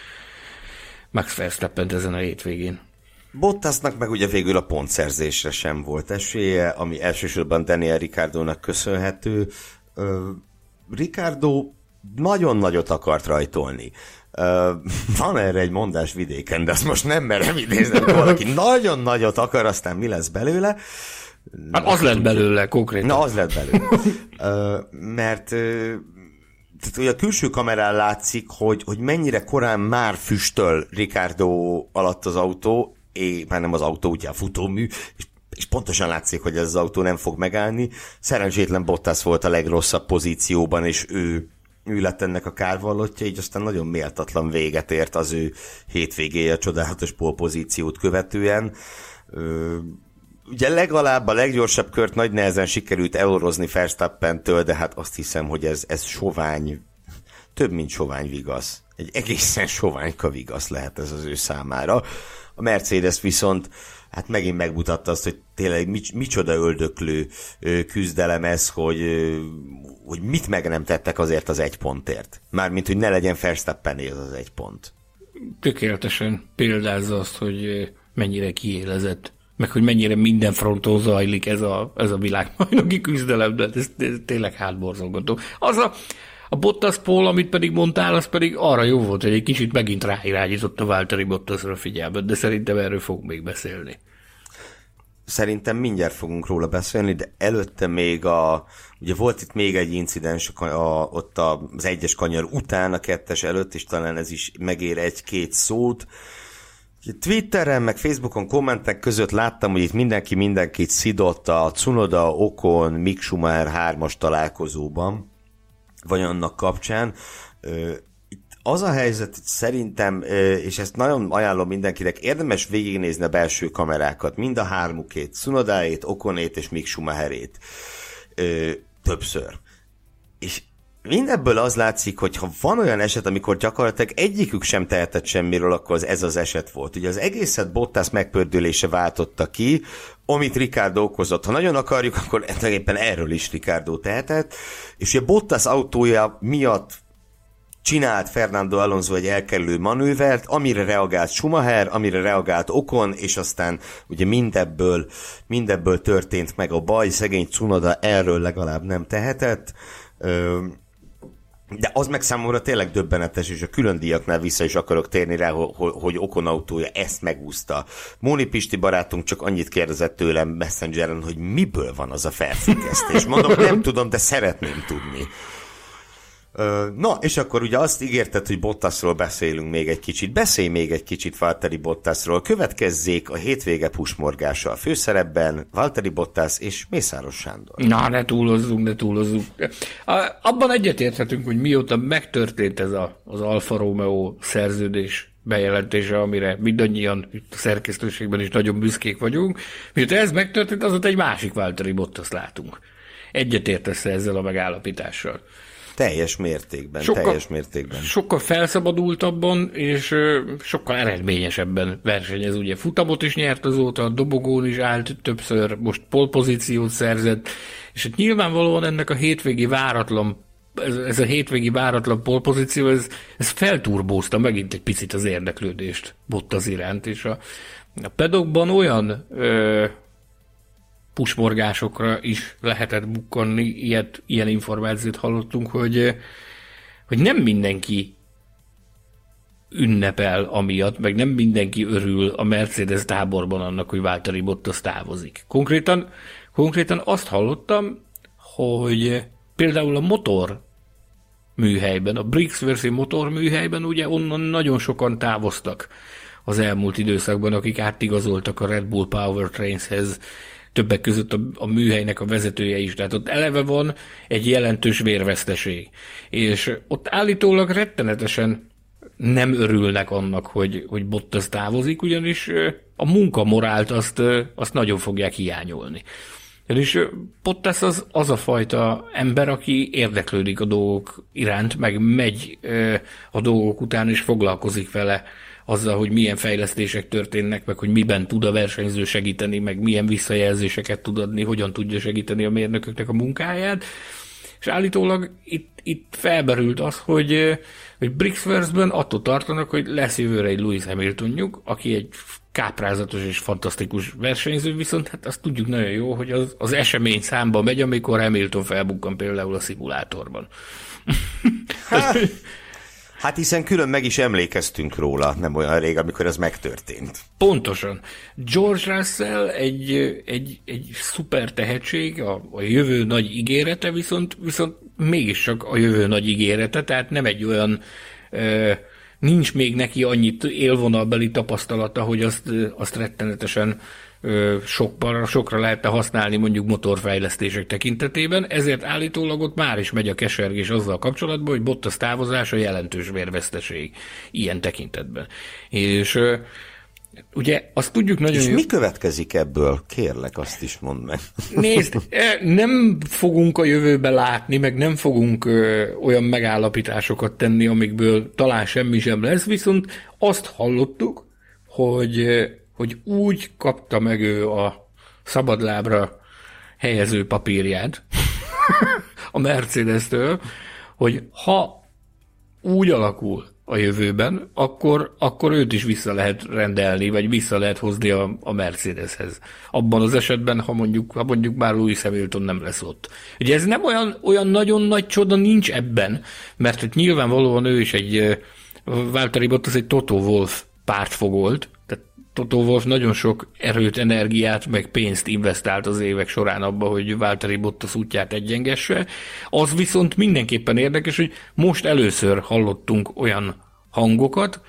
Max Verstappent ezen a hétvégén. Bottasnak meg ugye végül a pontszerzésre sem volt esélye, ami elsősorban Daniel Ricciardónak köszönhető. Uh, Ricciardo nagyon nagyot akart rajtolni. Uh, van erre egy mondás vidéken, de azt most nem merem idézni, hogy valaki nagyon nagyot akar, aztán mi lesz belőle. Hát az lett belőle konkrétan. Na, az lett belőle. uh, mert uh, tehát ugye a külső kamerán látszik, hogy, hogy mennyire korán már füstöl Ricciardo alatt az autó, és már nem az autó, ugye a futómű, és, és pontosan látszik, hogy ez az autó nem fog megállni. Szerencsétlen Bottas volt a legrosszabb pozícióban, és ő, ő lett ennek a kárvallottja, így aztán nagyon méltatlan véget ért az ő hétvégéje a csodálatos pole-pozíciót követően. Ö, ugye legalább a leggyorsabb kört nagy nehezen sikerült elorozni Verstappentől, de hát azt hiszem, hogy ez, ez sovány, több mint sovány vigasz. Egy egészen soványka vigasz lehet ez az ő számára. A Mercedes viszont hát megint megmutatta azt, hogy tényleg micsoda öldöklő küzdelem ez, hogy, hogy mit meg nem tettek azért az egy pontért. Mármint, hogy ne legyen Verstappené az az egy pont. Tökéletesen példázza azt, hogy mennyire kiélezett, meg hogy mennyire minden fronton zajlik ez a, ez a világbajnoki küzdelem, de ez, ez tényleg hátborzongató. Az a A Bottas Pole, amit pedig mondtál, az pedig arra jó volt, hogy egy kicsit megint ráirányított a Valtteri Bottasra figyelmet, de szerintem erről fogunk még beszélni. Szerintem mindjárt fogunk róla beszélni, de előtte még a... Ugye volt itt még egy incidens a, a, ott az egyes kanyar után, a kettes előtt, és talán ez is megér egy-két szót. Twitteren, meg Facebookon kommentek között láttam, hogy itt mindenki mindenkit szidott a Tsunoda, Ocon, Mick Schumacher hármas találkozóban, vagy annak kapcsán. Itt az a helyzet, hogy szerintem, és ezt nagyon ajánlom mindenkinek, érdemes végignézni a belső kamerákat, mind a hármukét, Tsunodáét, Oconét és Mick Schumacherét többször. És mindebből az látszik, hogy ha van olyan eset, amikor gyakorlatilag egyikük sem tehetett semmiről, akkor az ez az eset volt. Ugye az egészet Bottas megpördülése váltotta ki, amit Ricciardo okozott. Ha nagyon akarjuk, akkor éppen erről is Ricciardo tehetett, és ugye Bottas autója miatt csinált Fernando Alonso egy elkerülő manővert, amire reagált Schumacher, amire reagált Ocon, és aztán ugye mindebből, mindebből történt meg a baj, szegény Tsunoda erről legalább nem tehetett. De az meg számomra tényleg döbbenetes, és a külön díjaknál vissza is akarok térni rá, hogy Ocon autója ezt megúszta. Móni Pisti barátunk csak annyit kérdezett tőlem Messengeren, hogy miből van az a felfüggesztés. Mondom, nem tudom, de szeretném tudni. Na, és akkor ugye azt ígérted, hogy Bottasról beszélünk még egy kicsit. Beszélj még egy kicsit Valtteri Bottasról. Következzék a hétvége pusmorgása a főszerepben, Valtteri Bottas és Mészáros Sándor. Na, ne túlozzunk, ne túlozzunk. Abban egyetérthetünk, hogy mióta megtörtént ez a, az Alfa Romeo szerződés bejelentése, amire mindannyian itt a szerkesztőségben is nagyon büszkék vagyunk. Mióta ez megtörtént, azóta egy másik Valtteri Bottas látunk. Egyetértesz ezzel a megállapítással? Teljes mértékben, sokkal, teljes mértékben. Sokkal felszabadultabban és sokkal eredményesebben versenyez. Ugye futamot is nyert azóta, a dobogón is állt többször, most polpozíciót szerzett, és hát nyilvánvalóan ennek a hétvégi váratlan, ez, ez a hétvégi váratlan polpozíció, ez, ez felturbózta megint egy picit az érdeklődést Bottas iránt, és a, a pedokban olyan ö, pusmorgásokra is lehetett bukkanni, ilyet, ilyen információt hallottunk, hogy, hogy nem mindenki ünnepel amiatt, meg nem mindenki örül a Mercedes táborban annak, hogy Valtteri Bottas távozik. Konkrétan, konkrétan azt hallottam, hogy például a motor műhelyben, a Brixworthy motor műhelyben ugye onnan nagyon sokan távoztak az elmúlt időszakban, akik átigazoltak a Red Bull Powertrainshez, többek között a, a műhelynek a vezetője is. Tehát ott eleve van egy jelentős vérveszteség. És ott állítólag rettenetesen nem örülnek annak, hogy, hogy Bottas távozik, ugyanis a munkamorált azt, azt nagyon fogják hiányolni. És Bottas az, az a fajta ember, aki érdeklődik a dolgok iránt, meg megy a dolgok után, és foglalkozik vele azzal, hogy milyen fejlesztések történnek, meg hogy miben tud a versenyző segíteni, meg milyen visszajelzéseket tud adni, hogyan tudja segíteni a mérnököknek a munkáját. És állítólag itt, itt felberült az, hogy, hogy Brixworthben attól tartanak, hogy lesz jövőre egy Lewis Hamiltonjuk, aki egy káprázatos és fantasztikus versenyző, viszont hát azt tudjuk nagyon jó, hogy az, az esemény számba megy, amikor Hamilton felbukkan például a szimulátorban. Hát, hát hiszen külön meg is emlékeztünk róla, nem olyan rég, amikor ez megtörtént. Pontosan. George Russell egy, egy, egy szuper tehetség, a, a jövő nagy ígérete, viszont, viszont mégiscsak a jövő nagy ígérete, tehát nem egy olyan... Ö, nincs még neki annyit élvonalbeli tapasztalata, hogy azt, azt rettenetesen sokra, sokra lehetne használni mondjuk motorfejlesztések tekintetében, ezért állítólag ott már is megy a kesergés azzal kapcsolatban, hogy Bottas távozása jelentős vérveszteség ilyen tekintetben. És ugye azt tudjuk nagyon... És jó... mi következik ebből? Kérlek, azt is mondd meg. Nézd, nem fogunk a jövőbe látni, meg nem fogunk ö, olyan megállapításokat tenni, amikből talán semmi sem lesz, viszont azt hallottuk, hogy, hogy úgy kapta meg ő a szabadlábra helyező papírját a Mercedes-től, hogy ha úgy alakul a jövőben, akkor, akkor őt is vissza lehet rendelni, vagy vissza lehet hozni a, a Mercedeshez. Abban az esetben, ha mondjuk, ha mondjuk már Lewis Hamilton nem lesz ott. Ugye ez nem olyan, olyan nagyon nagy csoda nincs ebben, mert hogy nyilvánvalóan ő is egy, Valtteri Bottas egy Toto Wolff pártfogolt, tehát Toto Wolff nagyon sok erőt, energiát, meg pénzt investált az évek során abba, hogy Valtteri Bottas útját egyengesse. Az viszont mindenképpen érdekes, hogy most először hallottunk olyan hangokat,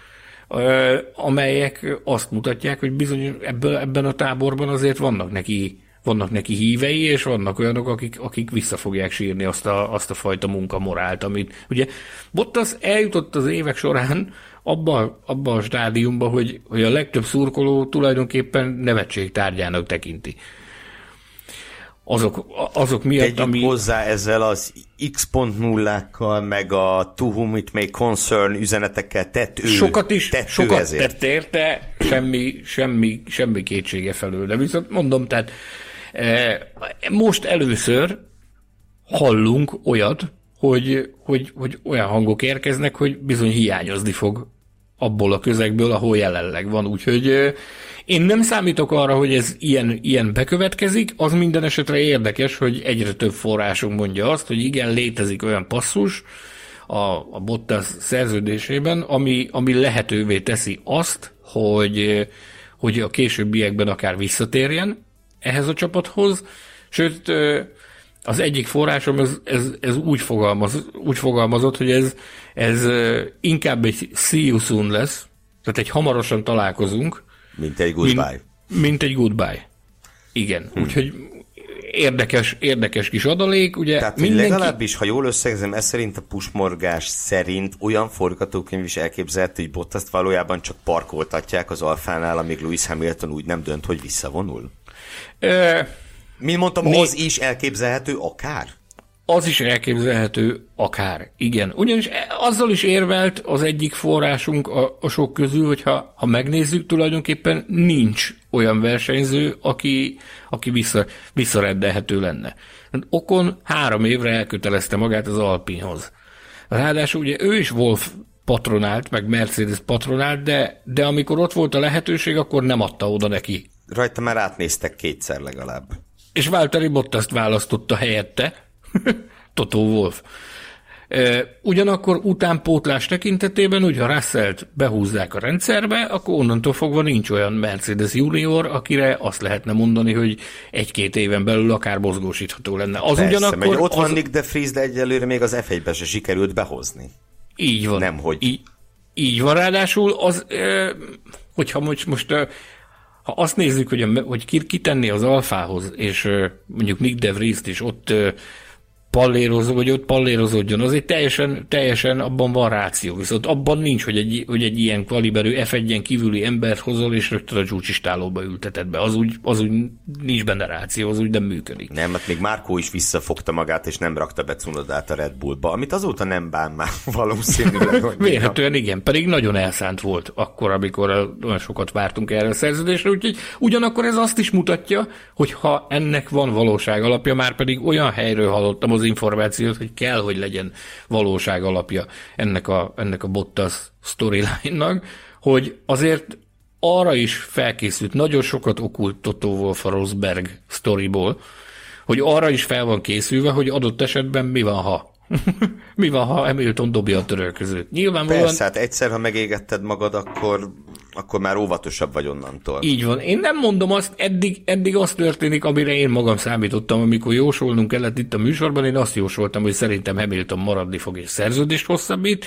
amelyek azt mutatják, hogy bizony ebből, ebben a táborban azért vannak neki, vannak neki hívei, és vannak olyanok, akik, akik vissza fogják sírni azt a, azt a fajta munkamorált, amit ugye Bottas eljutott az évek során abba, abba a stádiumba, hogy, hogy a legtöbb szurkoló tulajdonképpen nevetség tárgyának tekinti. Azok, azok miatt, Tegyük ami... hozzá ezzel az X pont nullákkal, meg a to whom it may concern üzenetekkel tett ő. Sokat is, tett sokat ezért. tett érte, semmi, semmi, semmi kétsége felől. De viszont mondom, tehát most először hallunk olyat, hogy, hogy, hogy olyan hangok érkeznek, hogy bizony hiányozni fog abból a közegből, ahol jelenleg van. Úgyhogy én nem számítok arra, hogy ez ilyen, ilyen bekövetkezik, az minden esetre érdekes, hogy egyre több forrásunk mondja azt, hogy igen, létezik olyan passzus a, a Bottas szerződésében, ami, ami lehetővé teszi azt, hogy, hogy a későbbiekben akár visszatérjen ehhez a csapathoz, sőt, az egyik forrásom ez, ez, ez úgy, fogalmaz, úgy fogalmazott, hogy ez, ez inkább egy see you soon lesz, tehát egy hamarosan találkozunk. Mint egy goodbye. Mint, mint egy goodbye. Igen. Hm. Úgyhogy érdekes, érdekes kis adalék. Ugye tehát mindenki... legalábbis, ha jól összegzem, ez szerint a pusmorgás szerint olyan forgatókönyv is elképzelhető, hogy Bottaszt valójában csak parkoltatják az Alfánál, amíg Lewis Hamilton úgy nem dönt, hogy visszavonul? Ö... Mint mondtam, Né... az is elképzelhető akár? Az is elképzelhető akár, igen. Ugyanis azzal is érvelt az egyik forrásunk a, a sok közül, hogyha ha megnézzük, tulajdonképpen nincs olyan versenyző, aki, aki vissza, visszarendelhető lenne. Ocon három évre elkötelezte magát az Alpinehoz. Ráadásul ugye ő is Wolff patronált, meg Mercedes patronált, de, de amikor ott volt a lehetőség, akkor nem adta oda neki. Rajta már átnéztek kétszer legalább. és Valtteri Bottast választotta helyette, Toto Wolff. Ugyanakkor utánpótlás tekintetében, hogyha Russellt behúzzák a rendszerbe, akkor onnantól fogva nincs olyan Mercedes junior, akire azt lehetne mondani, hogy egy-két éven belül akár mozgósítható lenne. Az Persze, ugyanakkor... mert ott van az... Nick de Vries, de egyelőre még az ef egybe se sikerült behozni. Így van. Nem, hogy... Így, így van, ráadásul az, hogyha most, most ha azt nézzük, hogy, hogy kitenni az Alfához, és mondjuk Nick de Vries-t is ott pallérozó, vagy ott pallérozódjon, azért teljesen, teljesen abban van ráció. Viszont abban nincs, hogy egy, hogy egy ilyen kaliberű ef egyen kívüli embert hozol, és rögtön a csúcsistálóba ülteted be. Az úgy, az úgy nincs benne ráció, az úgy nem működik. Nem, mert még Márkó is visszafogta magát, és nem rakta be Cunodát a Red Bullba, amit azóta nem bán már valószínűleg. Vélhetően igen, pedig nagyon elszánt volt akkor, amikor olyan sokat vártunk erre a szerződésre, úgyhogy ugyanakkor ez azt is mutatja, hogy ha ennek van valóság alapja, már pedig olyan helyről hallottam az információt, hogy kell, hogy legyen valóság alapja ennek a, ennek a Bottas storyline-nak, hogy azért arra is felkészült, nagyon sokat okult Toto Wolff a Rosberg sztoriból, hogy arra is fel van készülve, hogy adott esetben mi van, ha. Mi van, ha Hamilton dobja a törölközőt? Nyilvánvalóan... Persze, hát egyszer, ha megégetted magad, akkor, akkor már óvatosabb vagy onnantól. Így van. Én nem mondom azt, eddig, eddig az történik, amire én magam számítottam, amikor jósolnunk kellett itt a műsorban, én azt jósoltam, hogy szerintem Hamilton maradni fog és szerződést hosszabbít.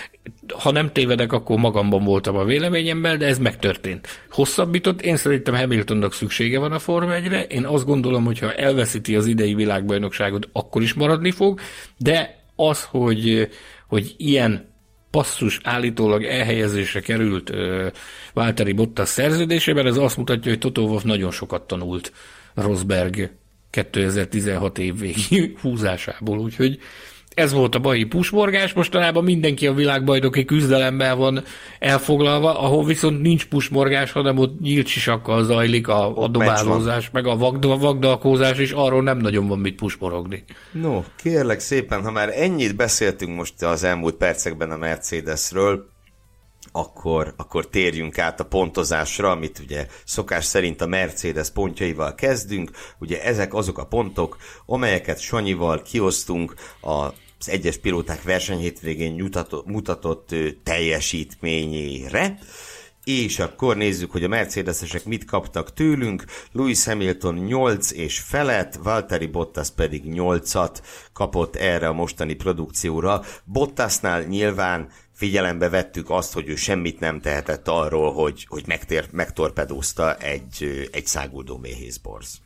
Ha nem tévedek, akkor magamban voltam a véleményemben, de ez megtörtént. Hosszabbított, én szerintem Hamiltonnak szüksége van a Forma egyre, én azt gondolom, hogy ha elveszíti az idei világbajnokságot, akkor is maradni fog, de az, hogy, hogy ilyen passzus állítólag elhelyezésre került uh, Valtteri Bottas szerződésében, ez azt mutatja, hogy Toto Wolff nagyon sokat tanult Rosberg kétezer-tizenhat évvégi húzásából, úgyhogy ez volt a mai pusmorgás, mostanában mindenki a világbajnoki küzdelemmel van elfoglalva, ahol viszont nincs pusmorgás, hanem ott nyílt sisakkal zajlik a, a dobálózás, meg a vagdalkózás, és arról nem nagyon van mit pusmorogni. No, kérlek szépen, ha már ennyit beszéltünk most az elmúlt percekben a Mercedesről, akkor, akkor térjünk át a pontozásra, amit ugye szokás szerint a Mercedes pontjaival kezdünk. Ugye ezek azok a pontok, amelyeket Sanyival kiosztunk az egyes pilóták versenyhétvégén mutatott, mutatott teljesítményére. És akkor nézzük, hogy a mercedesesek mit kaptak tőlünk. Lewis Hamilton nyolc és felett, Valtteri Bottas pedig nyolcat kapott erre a mostani produkcióra. Bottasnál nyilván figyelembe vettük azt, hogy ő semmit nem tehetett arról, hogy, hogy megtér, megtorpedózta egy, egy száguldó méhészborz.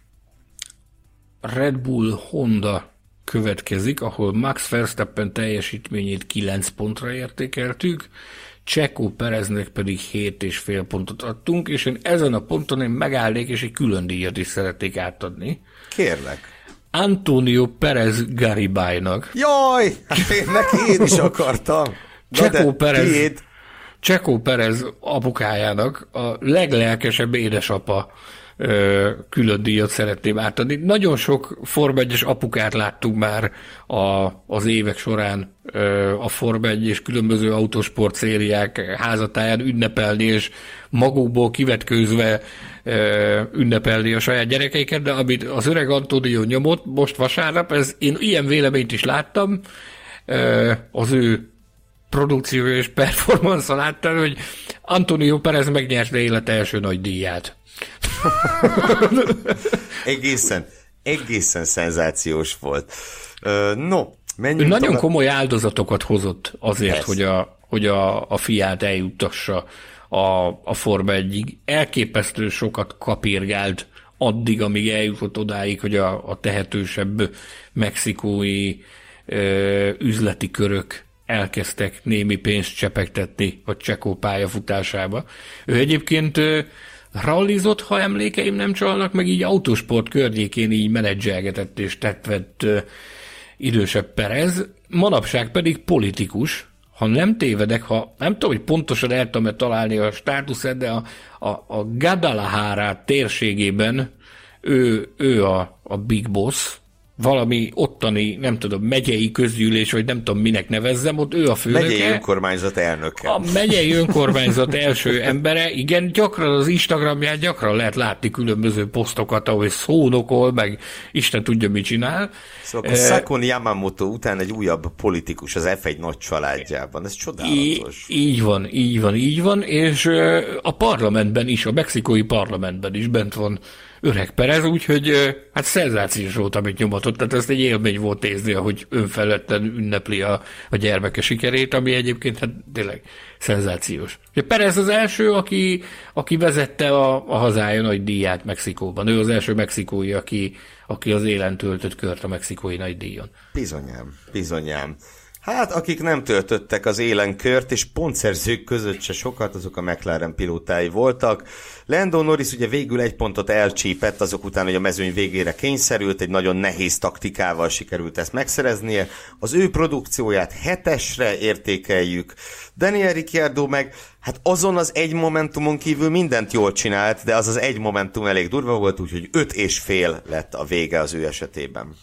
Red Bull Honda következik, ahol Max Verstappen teljesítményét kilenc pontra értékeltük, Checo Pereznek pedig hét és fél pontot adtunk, és én ezen a ponton én megállnék, és egy külön díjat is szeretnék átadni. Kérlek. Antonio Perez Garibay-nak. Jaj, hát én neki én is akartam. Checo Perez, Checo Perez apukájának a leglelkesebb édesapa ö, külön díjat szeretném átadni. Nagyon sok Forma egyes apukát láttuk már a, az évek során ö, a Forma egy és különböző autósport szériák házatáján ünnepelni, és magukból kivetkőzve ö, ünnepelni a saját gyerekeiket, de amit az öreg Antonio nyomott most vasárnap, ez, én ilyen véleményt is láttam, ö, az ő produkciója és performance-on láttam, hogy Antonio Perez megnyerte élete első nagy díját. egészen, egészen szenzációs volt. Uh, no, menjünk Ő nagyon tovább. komoly áldozatokat hozott azért, Persze. hogy, a, hogy a, a fiát eljuttassa a, a Forma egyig. Elképesztő sokat kapirgált addig, amíg eljutott odáig, hogy a, a tehetősebb mexikói ö, üzleti körök elkezdtek némi pénzt csepegtetni a Checo pályafutásába. Ő egyébként rallizott, ha emlékeim nem csalnak, meg így autósport környékén így menedzselgetett és tettvett idősebb Perez, manapság pedig politikus, ha nem tévedek, ha nem tudom, hogy pontosan el tudom találni a státuszát, de a, a, a Guadalajara térségében ő, ő a, a big boss, valami ottani, nem tudom, megyei közgyűlés, vagy nem tudom, minek nevezzem, ott ő a főnöke. Megyei önkormányzat elnöke. A megyei önkormányzat első embere, igen, gyakran az Instagramján gyakran lehet látni különböző posztokat, ahogy szónokol, meg Isten tudja, mit csinál. Szóval akkor Sakon Yamamoto után egy újabb politikus az ef egy nagy családjában. Ez csodálatos. Í- így van, így van, így van, és a parlamentben is, a mexikói parlamentben is bent van öreg Perez, úgyhogy hát szenzációs volt, amit nyomatott, tehát ezt egy élmény volt nézni, ahogy önfeledten ünnepli a, a gyermeke sikerét, ami egyébként hát tényleg szenzációs. Perez az első, aki, aki vezette a, a hazája nagy díját Mexikóban. Ő az első mexikói, aki, aki az élen töltött kört a mexikói nagy díjon. Bizonyám, bizonyám. Hát, akik nem töltöttek az élen kört, és pontszerzők között se sokat, azok a McLaren pilótái voltak. Lando Norris ugye végül egy pontot elcsípett, azok után, hogy a mezőny végére kényszerült, egy nagyon nehéz taktikával sikerült ezt megszereznie. Az ő produkcióját hetesre értékeljük. Daniel Ricciardo meg, hát azon az egy momentumon kívül mindent jól csinált, de az az egy momentum elég durva volt, úgyhogy öt és fél lett a vége az ő esetében.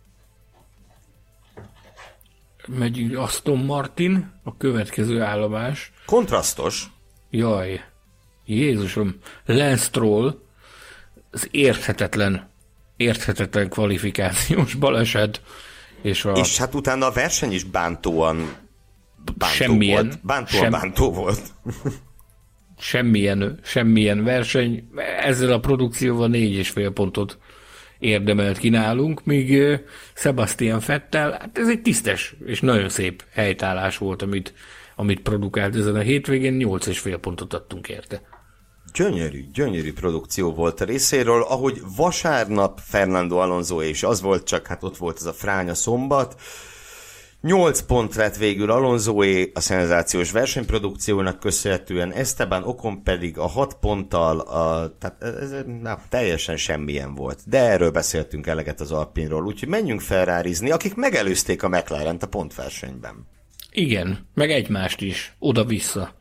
Megyünk Aston Martin, a következő állomás. Kontrasztos. Jaj, Jézusom, Lance Stroll, az érthetetlen, érthetetlen kvalifikációs baleset, és a... És hát utána a verseny is bántóan bántó semmilyen, volt. Bántóan sem, bántó volt. semmilyen, semmilyen verseny. Ezzel a produkcióval négy és fél pontot érdemelt ki nálunk, míg Sebastian Vettel, hát ez egy tisztes és nagyon szép helytállás volt, amit, amit produkált ezen a hétvégén, nyolc és fél pontot adtunk érte. Gyönyörű, gyönyörű produkció volt a részéről, ahogy vasárnap Fernando Alonso és az volt, csak hát ott volt ez a fránya szombat. nyolc pont lett végül Alonsoé a szenzációs versenyprodukciónak köszönhetően, Esteban Ocon pedig a hat ponttal, a, tehát ez, na, teljesen semmilyen volt. De erről beszéltünk eleget az Alpinról, úgyhogy menjünk Ferrarizni, akik megelőzték a McLarent a pontversenyben. Igen, meg egymást is, oda-vissza.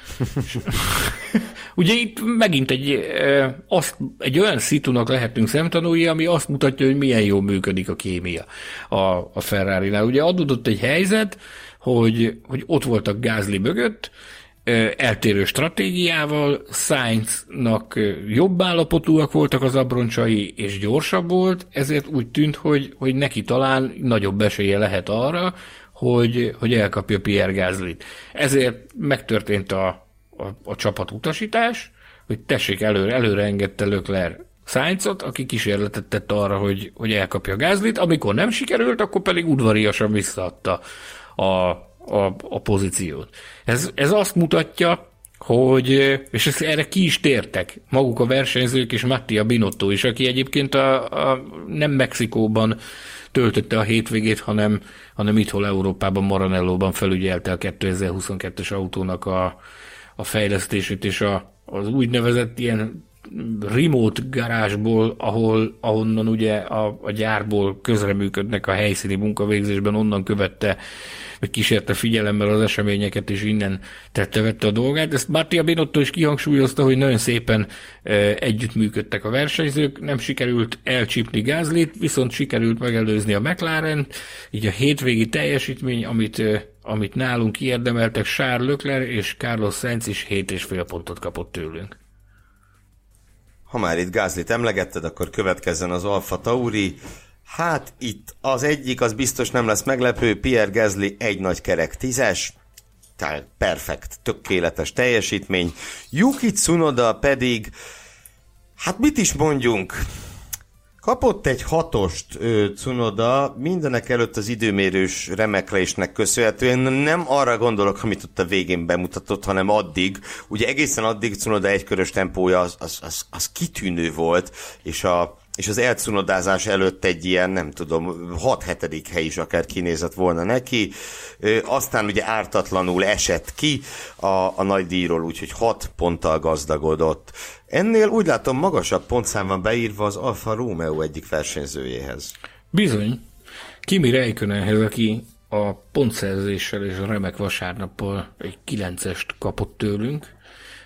Ugye itt megint egy, azt, egy olyan szitunak lehetünk szemtanúi, ami azt mutatja, hogy milyen jól működik a kémia a, a Ferrarinál. Ugye adódott egy helyzet, hogy, hogy ott voltak Gasly mögött, eltérő stratégiával, Sainznak jobb állapotúak voltak az abroncsai, és gyorsabb volt, ezért úgy tűnt, hogy, hogy neki talán nagyobb esélye lehet arra, hogy, hogy elkapja Pierre Gaslyt. Ezért megtörtént a, a, a csapatutasítás, hogy tessék, előre, előre engedte Leclerc Sainzot, aki kísérletet tett arra, hogy, hogy elkapja Gaslyt, amikor nem sikerült, akkor pedig udvariasan visszaadta a, a, a pozíciót. Ez, ez azt mutatja, hogy, és ezt erre ki is tértek maguk a versenyzők, és Mattia Binotto is, aki egyébként a, a, nem Mexikóban töltötte a hétvégét, hanem, hanem itthon Európában, Maranellóban felügyelte a kétezer-huszonkettes autónak a, a fejlesztését, és a, az úgynevezett ilyen remote garázsból, ahol, ahonnan ugye a, a gyárból közreműködnek a helyszíni munkavégzésben, onnan követte, vagy kísérte figyelemmel az eseményeket, és innen tette-vette a dolgát. Ezt Mattia Binotto is kihangsúlyozta, hogy nagyon szépen e, együttműködtek a versenyzők, nem sikerült elcsípni Gaslyt, viszont sikerült megelőzni a McLaren, így a hétvégi teljesítmény, amit, e, amit nálunk kiérdemeltek, Charles Leclerc és Carlos Sainz is hét és fél pontot kapott tőlünk. Ha már itt Gaslyt emlegetted, akkor következzen az Alfa Tauri. Hát itt az egyik, az biztos nem lesz meglepő, Pierre Gasly egy nagy kerek tízes, tehát perfekt, tökéletes teljesítmény. Yuki Tsunoda pedig, hát mit is mondjunk, kapott egy hatost ő, Tsunoda, mindenek előtt az időmérős remeklésnek köszönhetően. Nem arra gondolok, amit ott a végén bemutatott, hanem addig. Ugye egészen addig Tsunoda egykörös tempója az, az, az, az kitűnő volt, és a és az elcunodázás előtt egy ilyen, nem tudom, hat-hetedik hely is akár kinézett volna neki. Ö, aztán ugye ártatlanul esett ki a, a nagy díjról, úgyhogy hat ponttal gazdagodott. Ennél úgy látom magasabb pontszám van beírva az Alfa Romeo egyik versenyzőjéhez. Bizony. Kimi Räikkönenhez, aki a pontszerzéssel és a remek vasárnappal egy kilencest kapott tőlünk,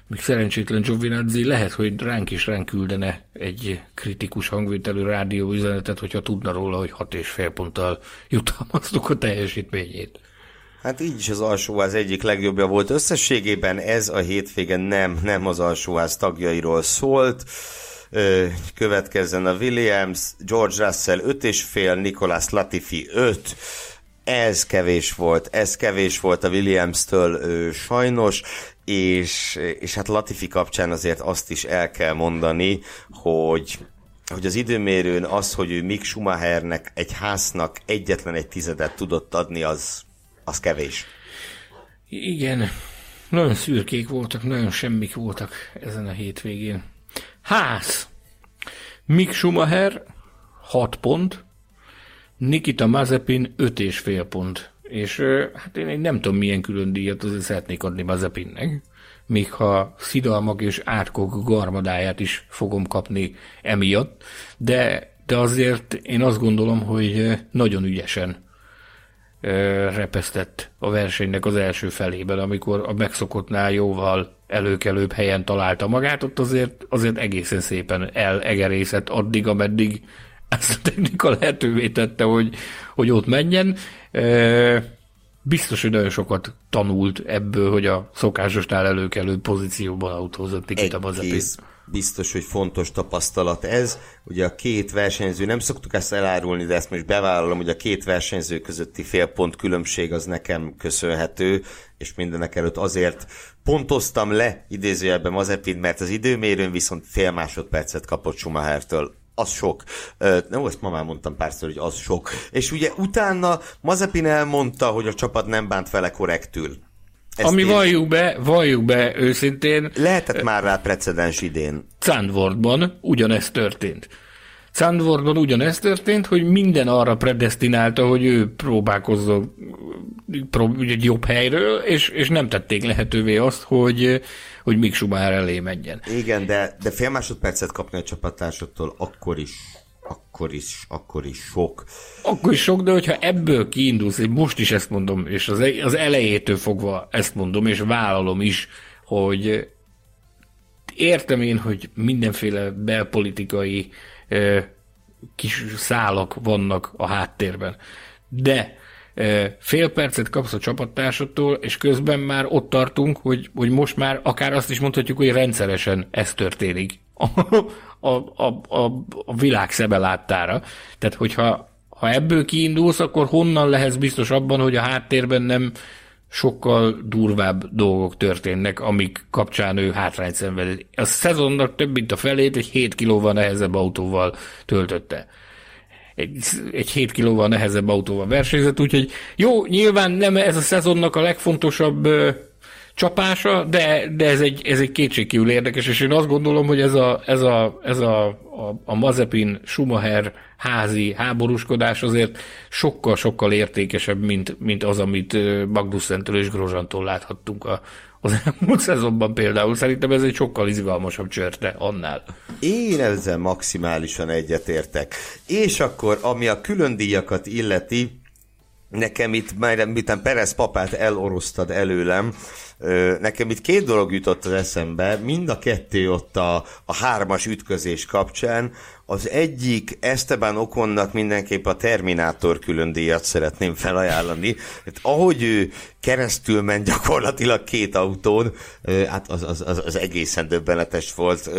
még szerencsétlen Giovinazzi lehet, hogy ránk is ránk küldene egy kritikus hangvételű rádióüzenetet, hogyha tudna róla, hogy hat és fél ponttal jutalmaztuk a teljesítményét. Hát így is az alsóház egyik legjobbja volt. Összességében ez a hétvége nem, nem az alsóház tagjairól szólt. Következzen a Williams, George Russell öt és fél, Nicolas Latifi öt. Ez kevés volt, ez kevés volt a Williams-től sajnos, és, és hát Latifi kapcsán azért azt is el kell mondani, hogy hogy az időmérőn az, hogy ő Mick Schumachernek, egy háznak egyetlen egy tizedet tudott adni, az, az kevés. Igen, nagyon szürkék voltak, nagyon semmik voltak ezen a hétvégén. Ház. Mick Schumacher hat pont, Nikita Mazepin öt és fél pont. És hát én nem tudom, milyen külön díjat azért szeretnék adni Mazepinnek, még ha szidalmak és átkok garmadáját is fogom kapni emiatt, de, de azért én azt gondolom, hogy nagyon ügyesen repesztett a versenynek az első felében, amikor a megszokottnál jóval előkelőbb helyen találta magát, ott azért, azért egészen szépen elegerészett addig, ameddig ezt a technika lehetővé tette, hogy, hogy ott menjen. Biztos, hogy nagyon sokat tanult ebből, hogy a szokásosnál előkelő pozícióban autózott Nikita Mazepin. Biztos, hogy fontos tapasztalat ez. Ugye a két versenyző, nem szoktuk ezt elárulni, de ezt most bevállalom, hogy a két versenyző közötti fél pont különbség az nekem köszönhető, és mindenek előtt azért pontoztam le idézőjelben Mazepin, mert az időmérőn viszont fél másodpercet kapott Schumachertől. Az sok. Nem, ezt ma már mondtam párszor, hogy az sok. És ugye utána Mazepin elmondta, hogy a csapat nem bánt vele korrektül. Ezt Ami én... valljuk be, valljuk be őszintén. Lehetett már rá precedens idén. Zandvoortban ugyanezt történt. Zandvoortban ugyanezt történt, hogy minden arra predesztinálta, hogy ő próbálkozzon egy jobb helyről, és, és nem tették lehetővé azt, hogy, hogy Mick Schumacher elé menjen. Igen, de, de fél másodpercet kapni a csapattársaktól akkor is, akkor is, akkor is sok. Akkor is sok, de hogyha ebből kiindulsz, és most is ezt mondom, és az, az elejétől fogva ezt mondom, és vállalom is, hogy értem én, hogy mindenféle belpolitikai kis szálak vannak a háttérben. De fél percet kapsz a csapattársattól, és közben már ott tartunk, hogy, hogy most már akár azt is mondhatjuk, hogy rendszeresen ez történik a, a, a, a, a világ szeme láttára. Tehát, hogyha ha ebből kiindulsz, akkor honnan lehetsz biztos abban, hogy a háttérben nem sokkal durvább dolgok történnek, amik kapcsán ő hátrányt szenved. A szezonnak több mint a felét egy hét kilóval nehezebb autóval töltötte. Egy, egy hét kilóval nehezebb autóval versenyzett, úgyhogy jó, nyilván nem ez a szezonnak a legfontosabb ö, csapása, de, de ez egy, ez egy kétségkívül érdekes, és én azt gondolom, hogy ez a, ez a, ez a, a, a Mazepin Schumacher házi háborúskodás azért sokkal-sokkal értékesebb, mint, mint az, amit Magnussentől és Grosjeantól láthattunk a, az elmúlt szezonban például. Szerintem ez egy sokkal izgalmasabb csörte annál. Én ezzel maximálisan egyetértek. És akkor, ami a külön díjakat illeti, nekem itt, miután Perez papát elorosztad előlem, nekem itt két dolog jutott az eszembe, mind a kettő ott a, a hármas ütközés kapcsán. Az egyik, Esteban Oconnak mindenképp a Terminátor külön díjat szeretném felajánlani. Hát, ahogy ő keresztül ment gyakorlatilag két autón, hát az, az, az, az egészen döbbenetes volt.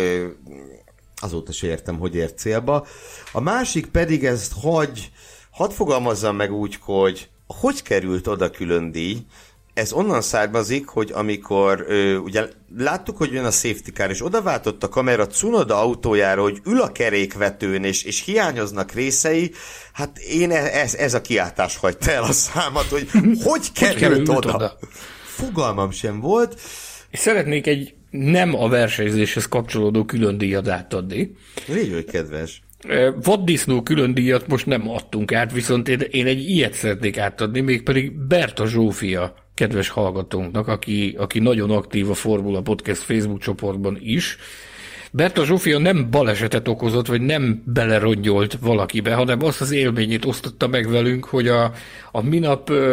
Azóta se értem, hogy ért célba. A másik pedig ezt hagy, hadd fogalmazzam meg úgy, hogy hogy került oda külön díj. Ez onnan származik, hogy amikor ö, ugye láttuk, hogy jön a safety car, és odaváltott a kamera Tsunoda autójára, hogy ül a kerékvetőn, és, és hiányoznak részei, hát én ez, ez a kiáltás hagyta el a számat, hogy hogy került, került oda? oda. Fogalmam sem volt. És szeretnék egy nem a versenyzéshez kapcsolódó külön díjat átadni. Légy, hogy kedves. Vaddisznó külön díjat most nem adtunk át, viszont én, én egy ilyet szeretnék átadni, mégpedig Berta Zsófia kedves hallgatónknak, aki, aki nagyon aktív a Formula Podcast Facebook csoportban is. Berta Zsófia nem balesetet okozott, vagy nem belerongyolt valakibe, hanem azt az élményét osztotta meg velünk, hogy a, a minap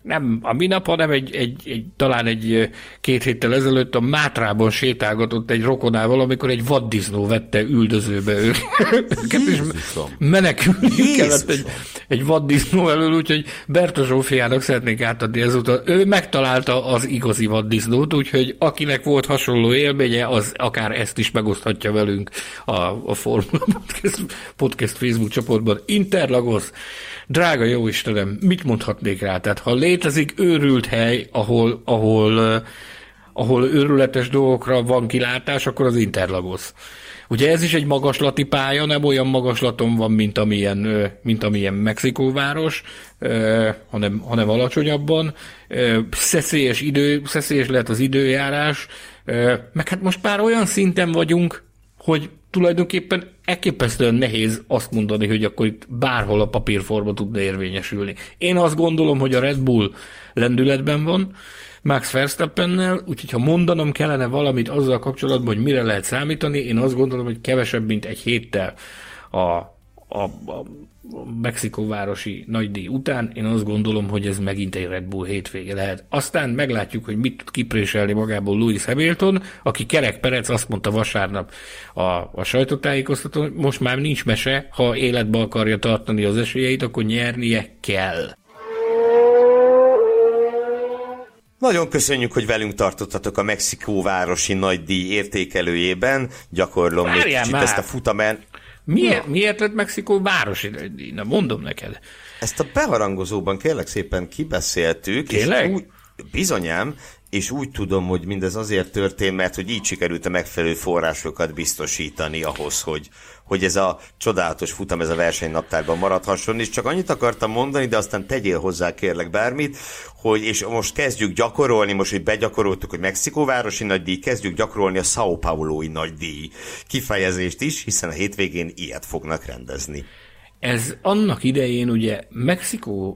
nem a minap, hanem egy, egy, egy, talán egy két héttel ezelőtt a Mátrában sétálgatott egy rokonával, amikor egy vaddisznó vette üldözőbe őket, és menekülni kellett egy, egy vaddisznó elől, úgyhogy Berta Zsófiának szeretnék átadni ezúttal. Ő megtalálta az igazi vaddisznót, úgyhogy akinek volt hasonló élménye, az akár ezt is megoszthatja velünk a, a Formula Podcast, Podcast Facebook csoportban. Interlagos, drága jó Istenem, mit mondhatnék rá? Tehát ha létezik őrült hely, ahol, ahol, uh, ahol őrületes dolgokra van kilátás, akkor az Interlagos. Ugye ez is egy magaslati pálya, nem olyan magaslaton van, mint amilyen, uh, mint amilyen Mexikóváros, uh, hanem, hanem alacsonyabban. Uh, szeszélyes, idő, szeszélyes lehet az időjárás, uh, meg hát most már olyan szinten vagyunk, hogy tulajdonképpen elképesztően nehéz azt mondani, hogy akkor itt bárhol a papírforma tudna érvényesülni. Én azt gondolom, hogy a Red Bull lendületben van, Max Verstappennel, úgyhogy ha mondanom kellene valamit azzal kapcsolatban, hogy mire lehet számítani, én azt gondolom, hogy kevesebb, mint egy héttel a, a, a Mexikóvárosi nagydíj után, én azt gondolom, hogy ez megint egy Red Bull hétvége lehet. Aztán meglátjuk, hogy mit tud kipréselni magából Lewis Hamilton, aki kerekperec azt mondta vasárnap a, a sajtótájékoztatón, hogy most már nincs mese, ha életbe akarja tartani az esélyeit, akkor nyernie kell. Nagyon köszönjük, hogy velünk tartottatok a Mexikóvárosi nagydíj értékelőjében. Gyakorlom még kicsit ezt a futamen. Miért, miért lett Mexikó városi? Na, mondom neked. Ezt a beharangozóban kérlek szépen kibeszéltük. Tényleg? És úgy, bizonyám, és úgy tudom, hogy mindez azért történt, mert hogy így sikerült a megfelelő forrásokat biztosítani ahhoz, hogy, hogy ez a csodálatos futam, ez a versenynaptárban maradhasson, és csak annyit akartam mondani, de aztán tegyél hozzá kérlek bármit, hogy és most kezdjük gyakorolni, most, hogy begyakoroltuk, hogy Mexikóvárosi nagydíj, kezdjük gyakorolni a São Paulo-i nagydíj kifejezést is, hiszen a hétvégén ilyet fognak rendezni. Ez annak idején ugye Mexikó,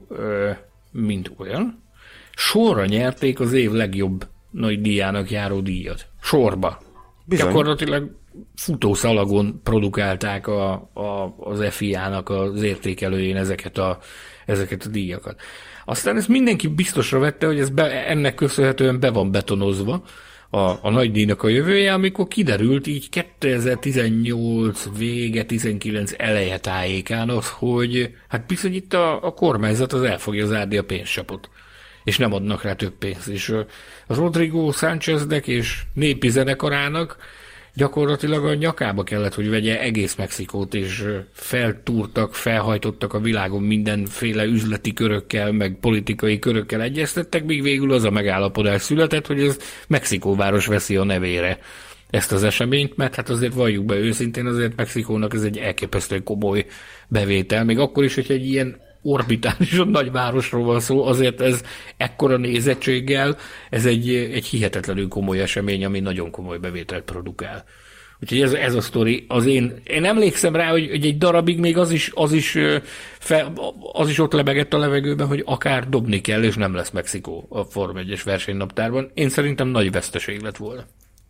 mint olyan, sorra nyerték az év legjobb nagydíjának járó díjat. Sorba. Bizony. Gyakorlatilag futószalagon produkálták a, a, az ef i á-nak az értékelőjén ezeket a, ezeket a díjakat. Aztán ezt mindenki biztosra vette, hogy ez be, ennek köszönhetően be van betonozva a, a nagydíjnak a jövője, amikor kiderült így kétezer-tizennyolc vége, tizenkilenc eleje tájékán az, hogy hát bizony itt a, a kormányzat az el fogja zárni a pénzsapot, és nem adnak rá több pénzt. És a Rodrigo Sáncheznek és népi zenekarának gyakorlatilag a nyakába kellett, hogy vegye egész Mexikót, és feltúrtak, felhajtottak a világon mindenféle üzleti körökkel, meg politikai körökkel egyeztettek, míg végül az a megállapodás született, hogy ez Mexikóváros veszi a nevére ezt az eseményt, mert hát azért valljuk be őszintén, azért Mexikónak ez egy elképesztően komoly bevétel, még akkor is, hogy egy ilyen orbitálisan nagy városról van szó, azért ez ekkora nézettséggel, ez egy, egy hihetetlenül komoly esemény, ami nagyon komoly bevételt produkál. Úgyhogy ez, ez a sztori, az én, én emlékszem rá, hogy, hogy egy darabig még az is, az, is, fel, az is ott lebegett a levegőben, hogy akár dobni kell, és nem lesz Mexikó a Forma egyes versenynaptárban. Én szerintem nagy veszteség lett volna.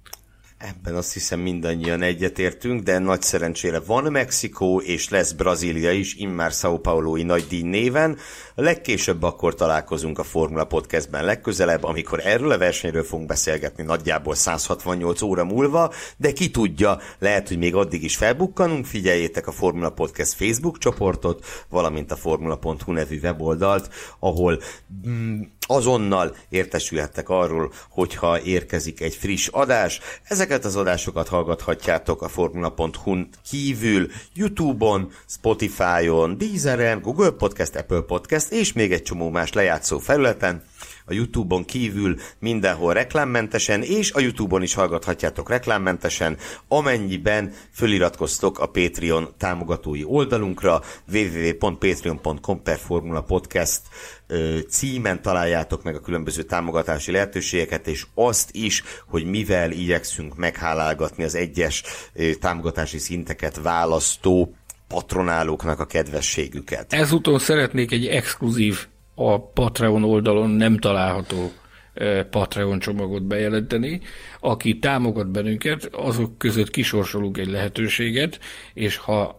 Ebben azt hiszem mindannyian egyetértünk, de nagy szerencsére van Mexikó, és lesz Brazília is, immár São Paulo-i nagydíj néven. Legkésőbb akkor találkozunk a Formula Podcastben legközelebb, amikor erről a versenyről fogunk beszélgetni nagyjából száz hatvannyolc óra múlva, de ki tudja, lehet, hogy még addig is felbukkanunk. Figyeljétek a Formula Podcast Facebook csoportot, valamint a formula pont hu nevű weboldalt, ahol mm, azonnal értesülhettek arról, hogyha érkezik egy friss adás. Ezeket az adásokat hallgathatjátok a formula pont hu-n kívül, YouTube-on, Spotify-on, Deezeren, Google Podcast, Apple Podcast és még egy csomó más lejátszó felületen. A YouTube-on kívül mindenhol reklámmentesen, és a YouTube-on is hallgathatjátok reklámmentesen, amennyiben föliratkoztok a Patreon támogatói oldalunkra, double-u double-u double-u pont patreon pont com per Formula Podcast címen találjátok meg a különböző támogatási lehetőségeket, és azt is, hogy mivel igyekszünk meghálálgatni az egyes támogatási szinteket választó patronálóknak a kedvességüket. Ezúton szeretnék egy exkluzív, a Patreon oldalon nem található Patreon csomagot bejelenteni. Aki támogat bennünket, azok között kisorsolunk egy lehetőséget, és ha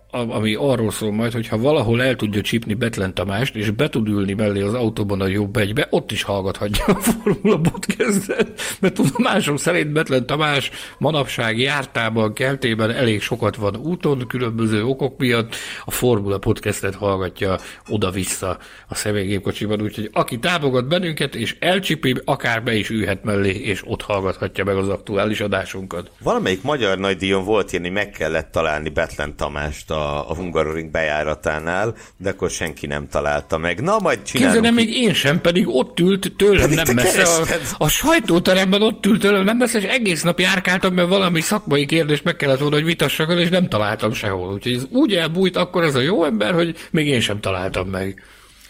ami arról szól majd, hogy ha valahol el tudja csípni Bethlen Tamást, és be tud ülni mellé az autóban a jobb egybe, ott is hallgathatja a Formula Podcastet, mert tudomásom szerint Bethlen Tamás manapság jártában, keltében elég sokat van úton, különböző okok miatt a Formula Podcastet hallgatja oda-vissza a személygépkocsiban, úgyhogy aki támogat bennünket, és elcsipi, akár be is ülhet mellé, és ott hallgathatja meg az aktuális adásunkat. Valamelyik magyar nagydíjon volt ilyen, hogy meg kellett találni Bethlen Tamást a, a Hungaroring bejáratánál, de akkor senki nem találta meg. Na, majd csinálunk. Képzeld, még én sem, pedig ott ült tőlem nem messze. A, a sajtóteremben ott ült tőlem nem messze, és egész nap járkáltam, mert valami szakmai kérdést meg kellett volna, hogy vitassak el, és nem találtam sehol. Úgyhogy ez úgy elbújt akkor ez a jó ember, hogy még én sem találtam meg.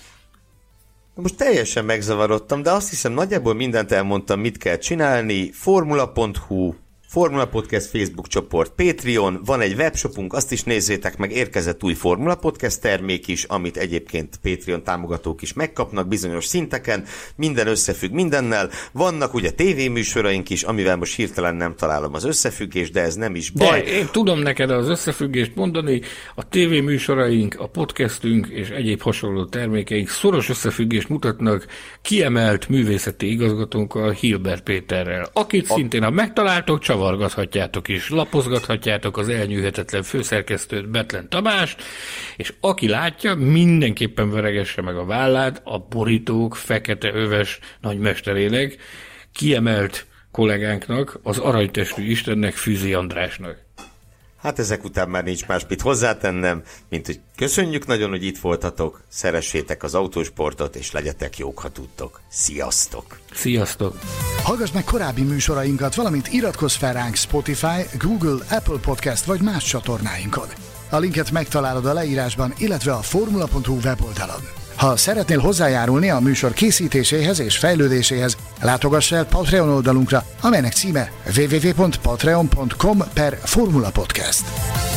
Most teljesen megzavarodtam, de azt hiszem nagyjából mindent elmondtam, mit kell csinálni. Formula pont hu, Formula Podcast Facebook csoport, Patreon, van egy webshopunk, azt is nézzétek meg, érkezett új Formula Podcast termék is, amit egyébként Patreon támogatók is megkapnak bizonyos szinteken, minden összefügg mindennel. Vannak ugye tévéműsoraink is, amivel most hirtelen nem találom az összefüggést, de ez nem is baj. De én tudom neked az összefüggést mondani, a tévéműsoraink, a podcastünk és egyéb hasonló termékeink szoros összefüggést mutatnak kiemelt művészeti igazgatónkkal, Hilbert Péterrel, akit a... szintén, ha megtaláltok, csavargathatjátok is, lapozgathatjátok az elnyűhetetlen főszerkesztőt, Bethlen Tamást, és aki látja, mindenképpen veregesse meg a vállát a borítók fekete öves nagymesterének, kiemelt kollégánknak, az aranytestű istennek, Fűzi Andrásnak. Hát ezek után már nincs más mit hozzátennem, mint hogy köszönjük nagyon, hogy itt voltatok, szeressétek az autósportot, és legyetek jók, ha tudtok. Sziasztok! Sziasztok! Hallgass meg korábbi műsorainkat, valamint iratkozz fel ránk Spotify, Google, Apple Podcast vagy más csatornáinkon. A linket megtalálod a leírásban, illetve a formula pont hu weboldalon. Ha szeretnél hozzájárulni a műsor készítéséhez és fejlődéséhez, látogass el Patreon oldalunkra, amelynek címe double-u double-u double-u pont patreon pont com per Formula Podcast.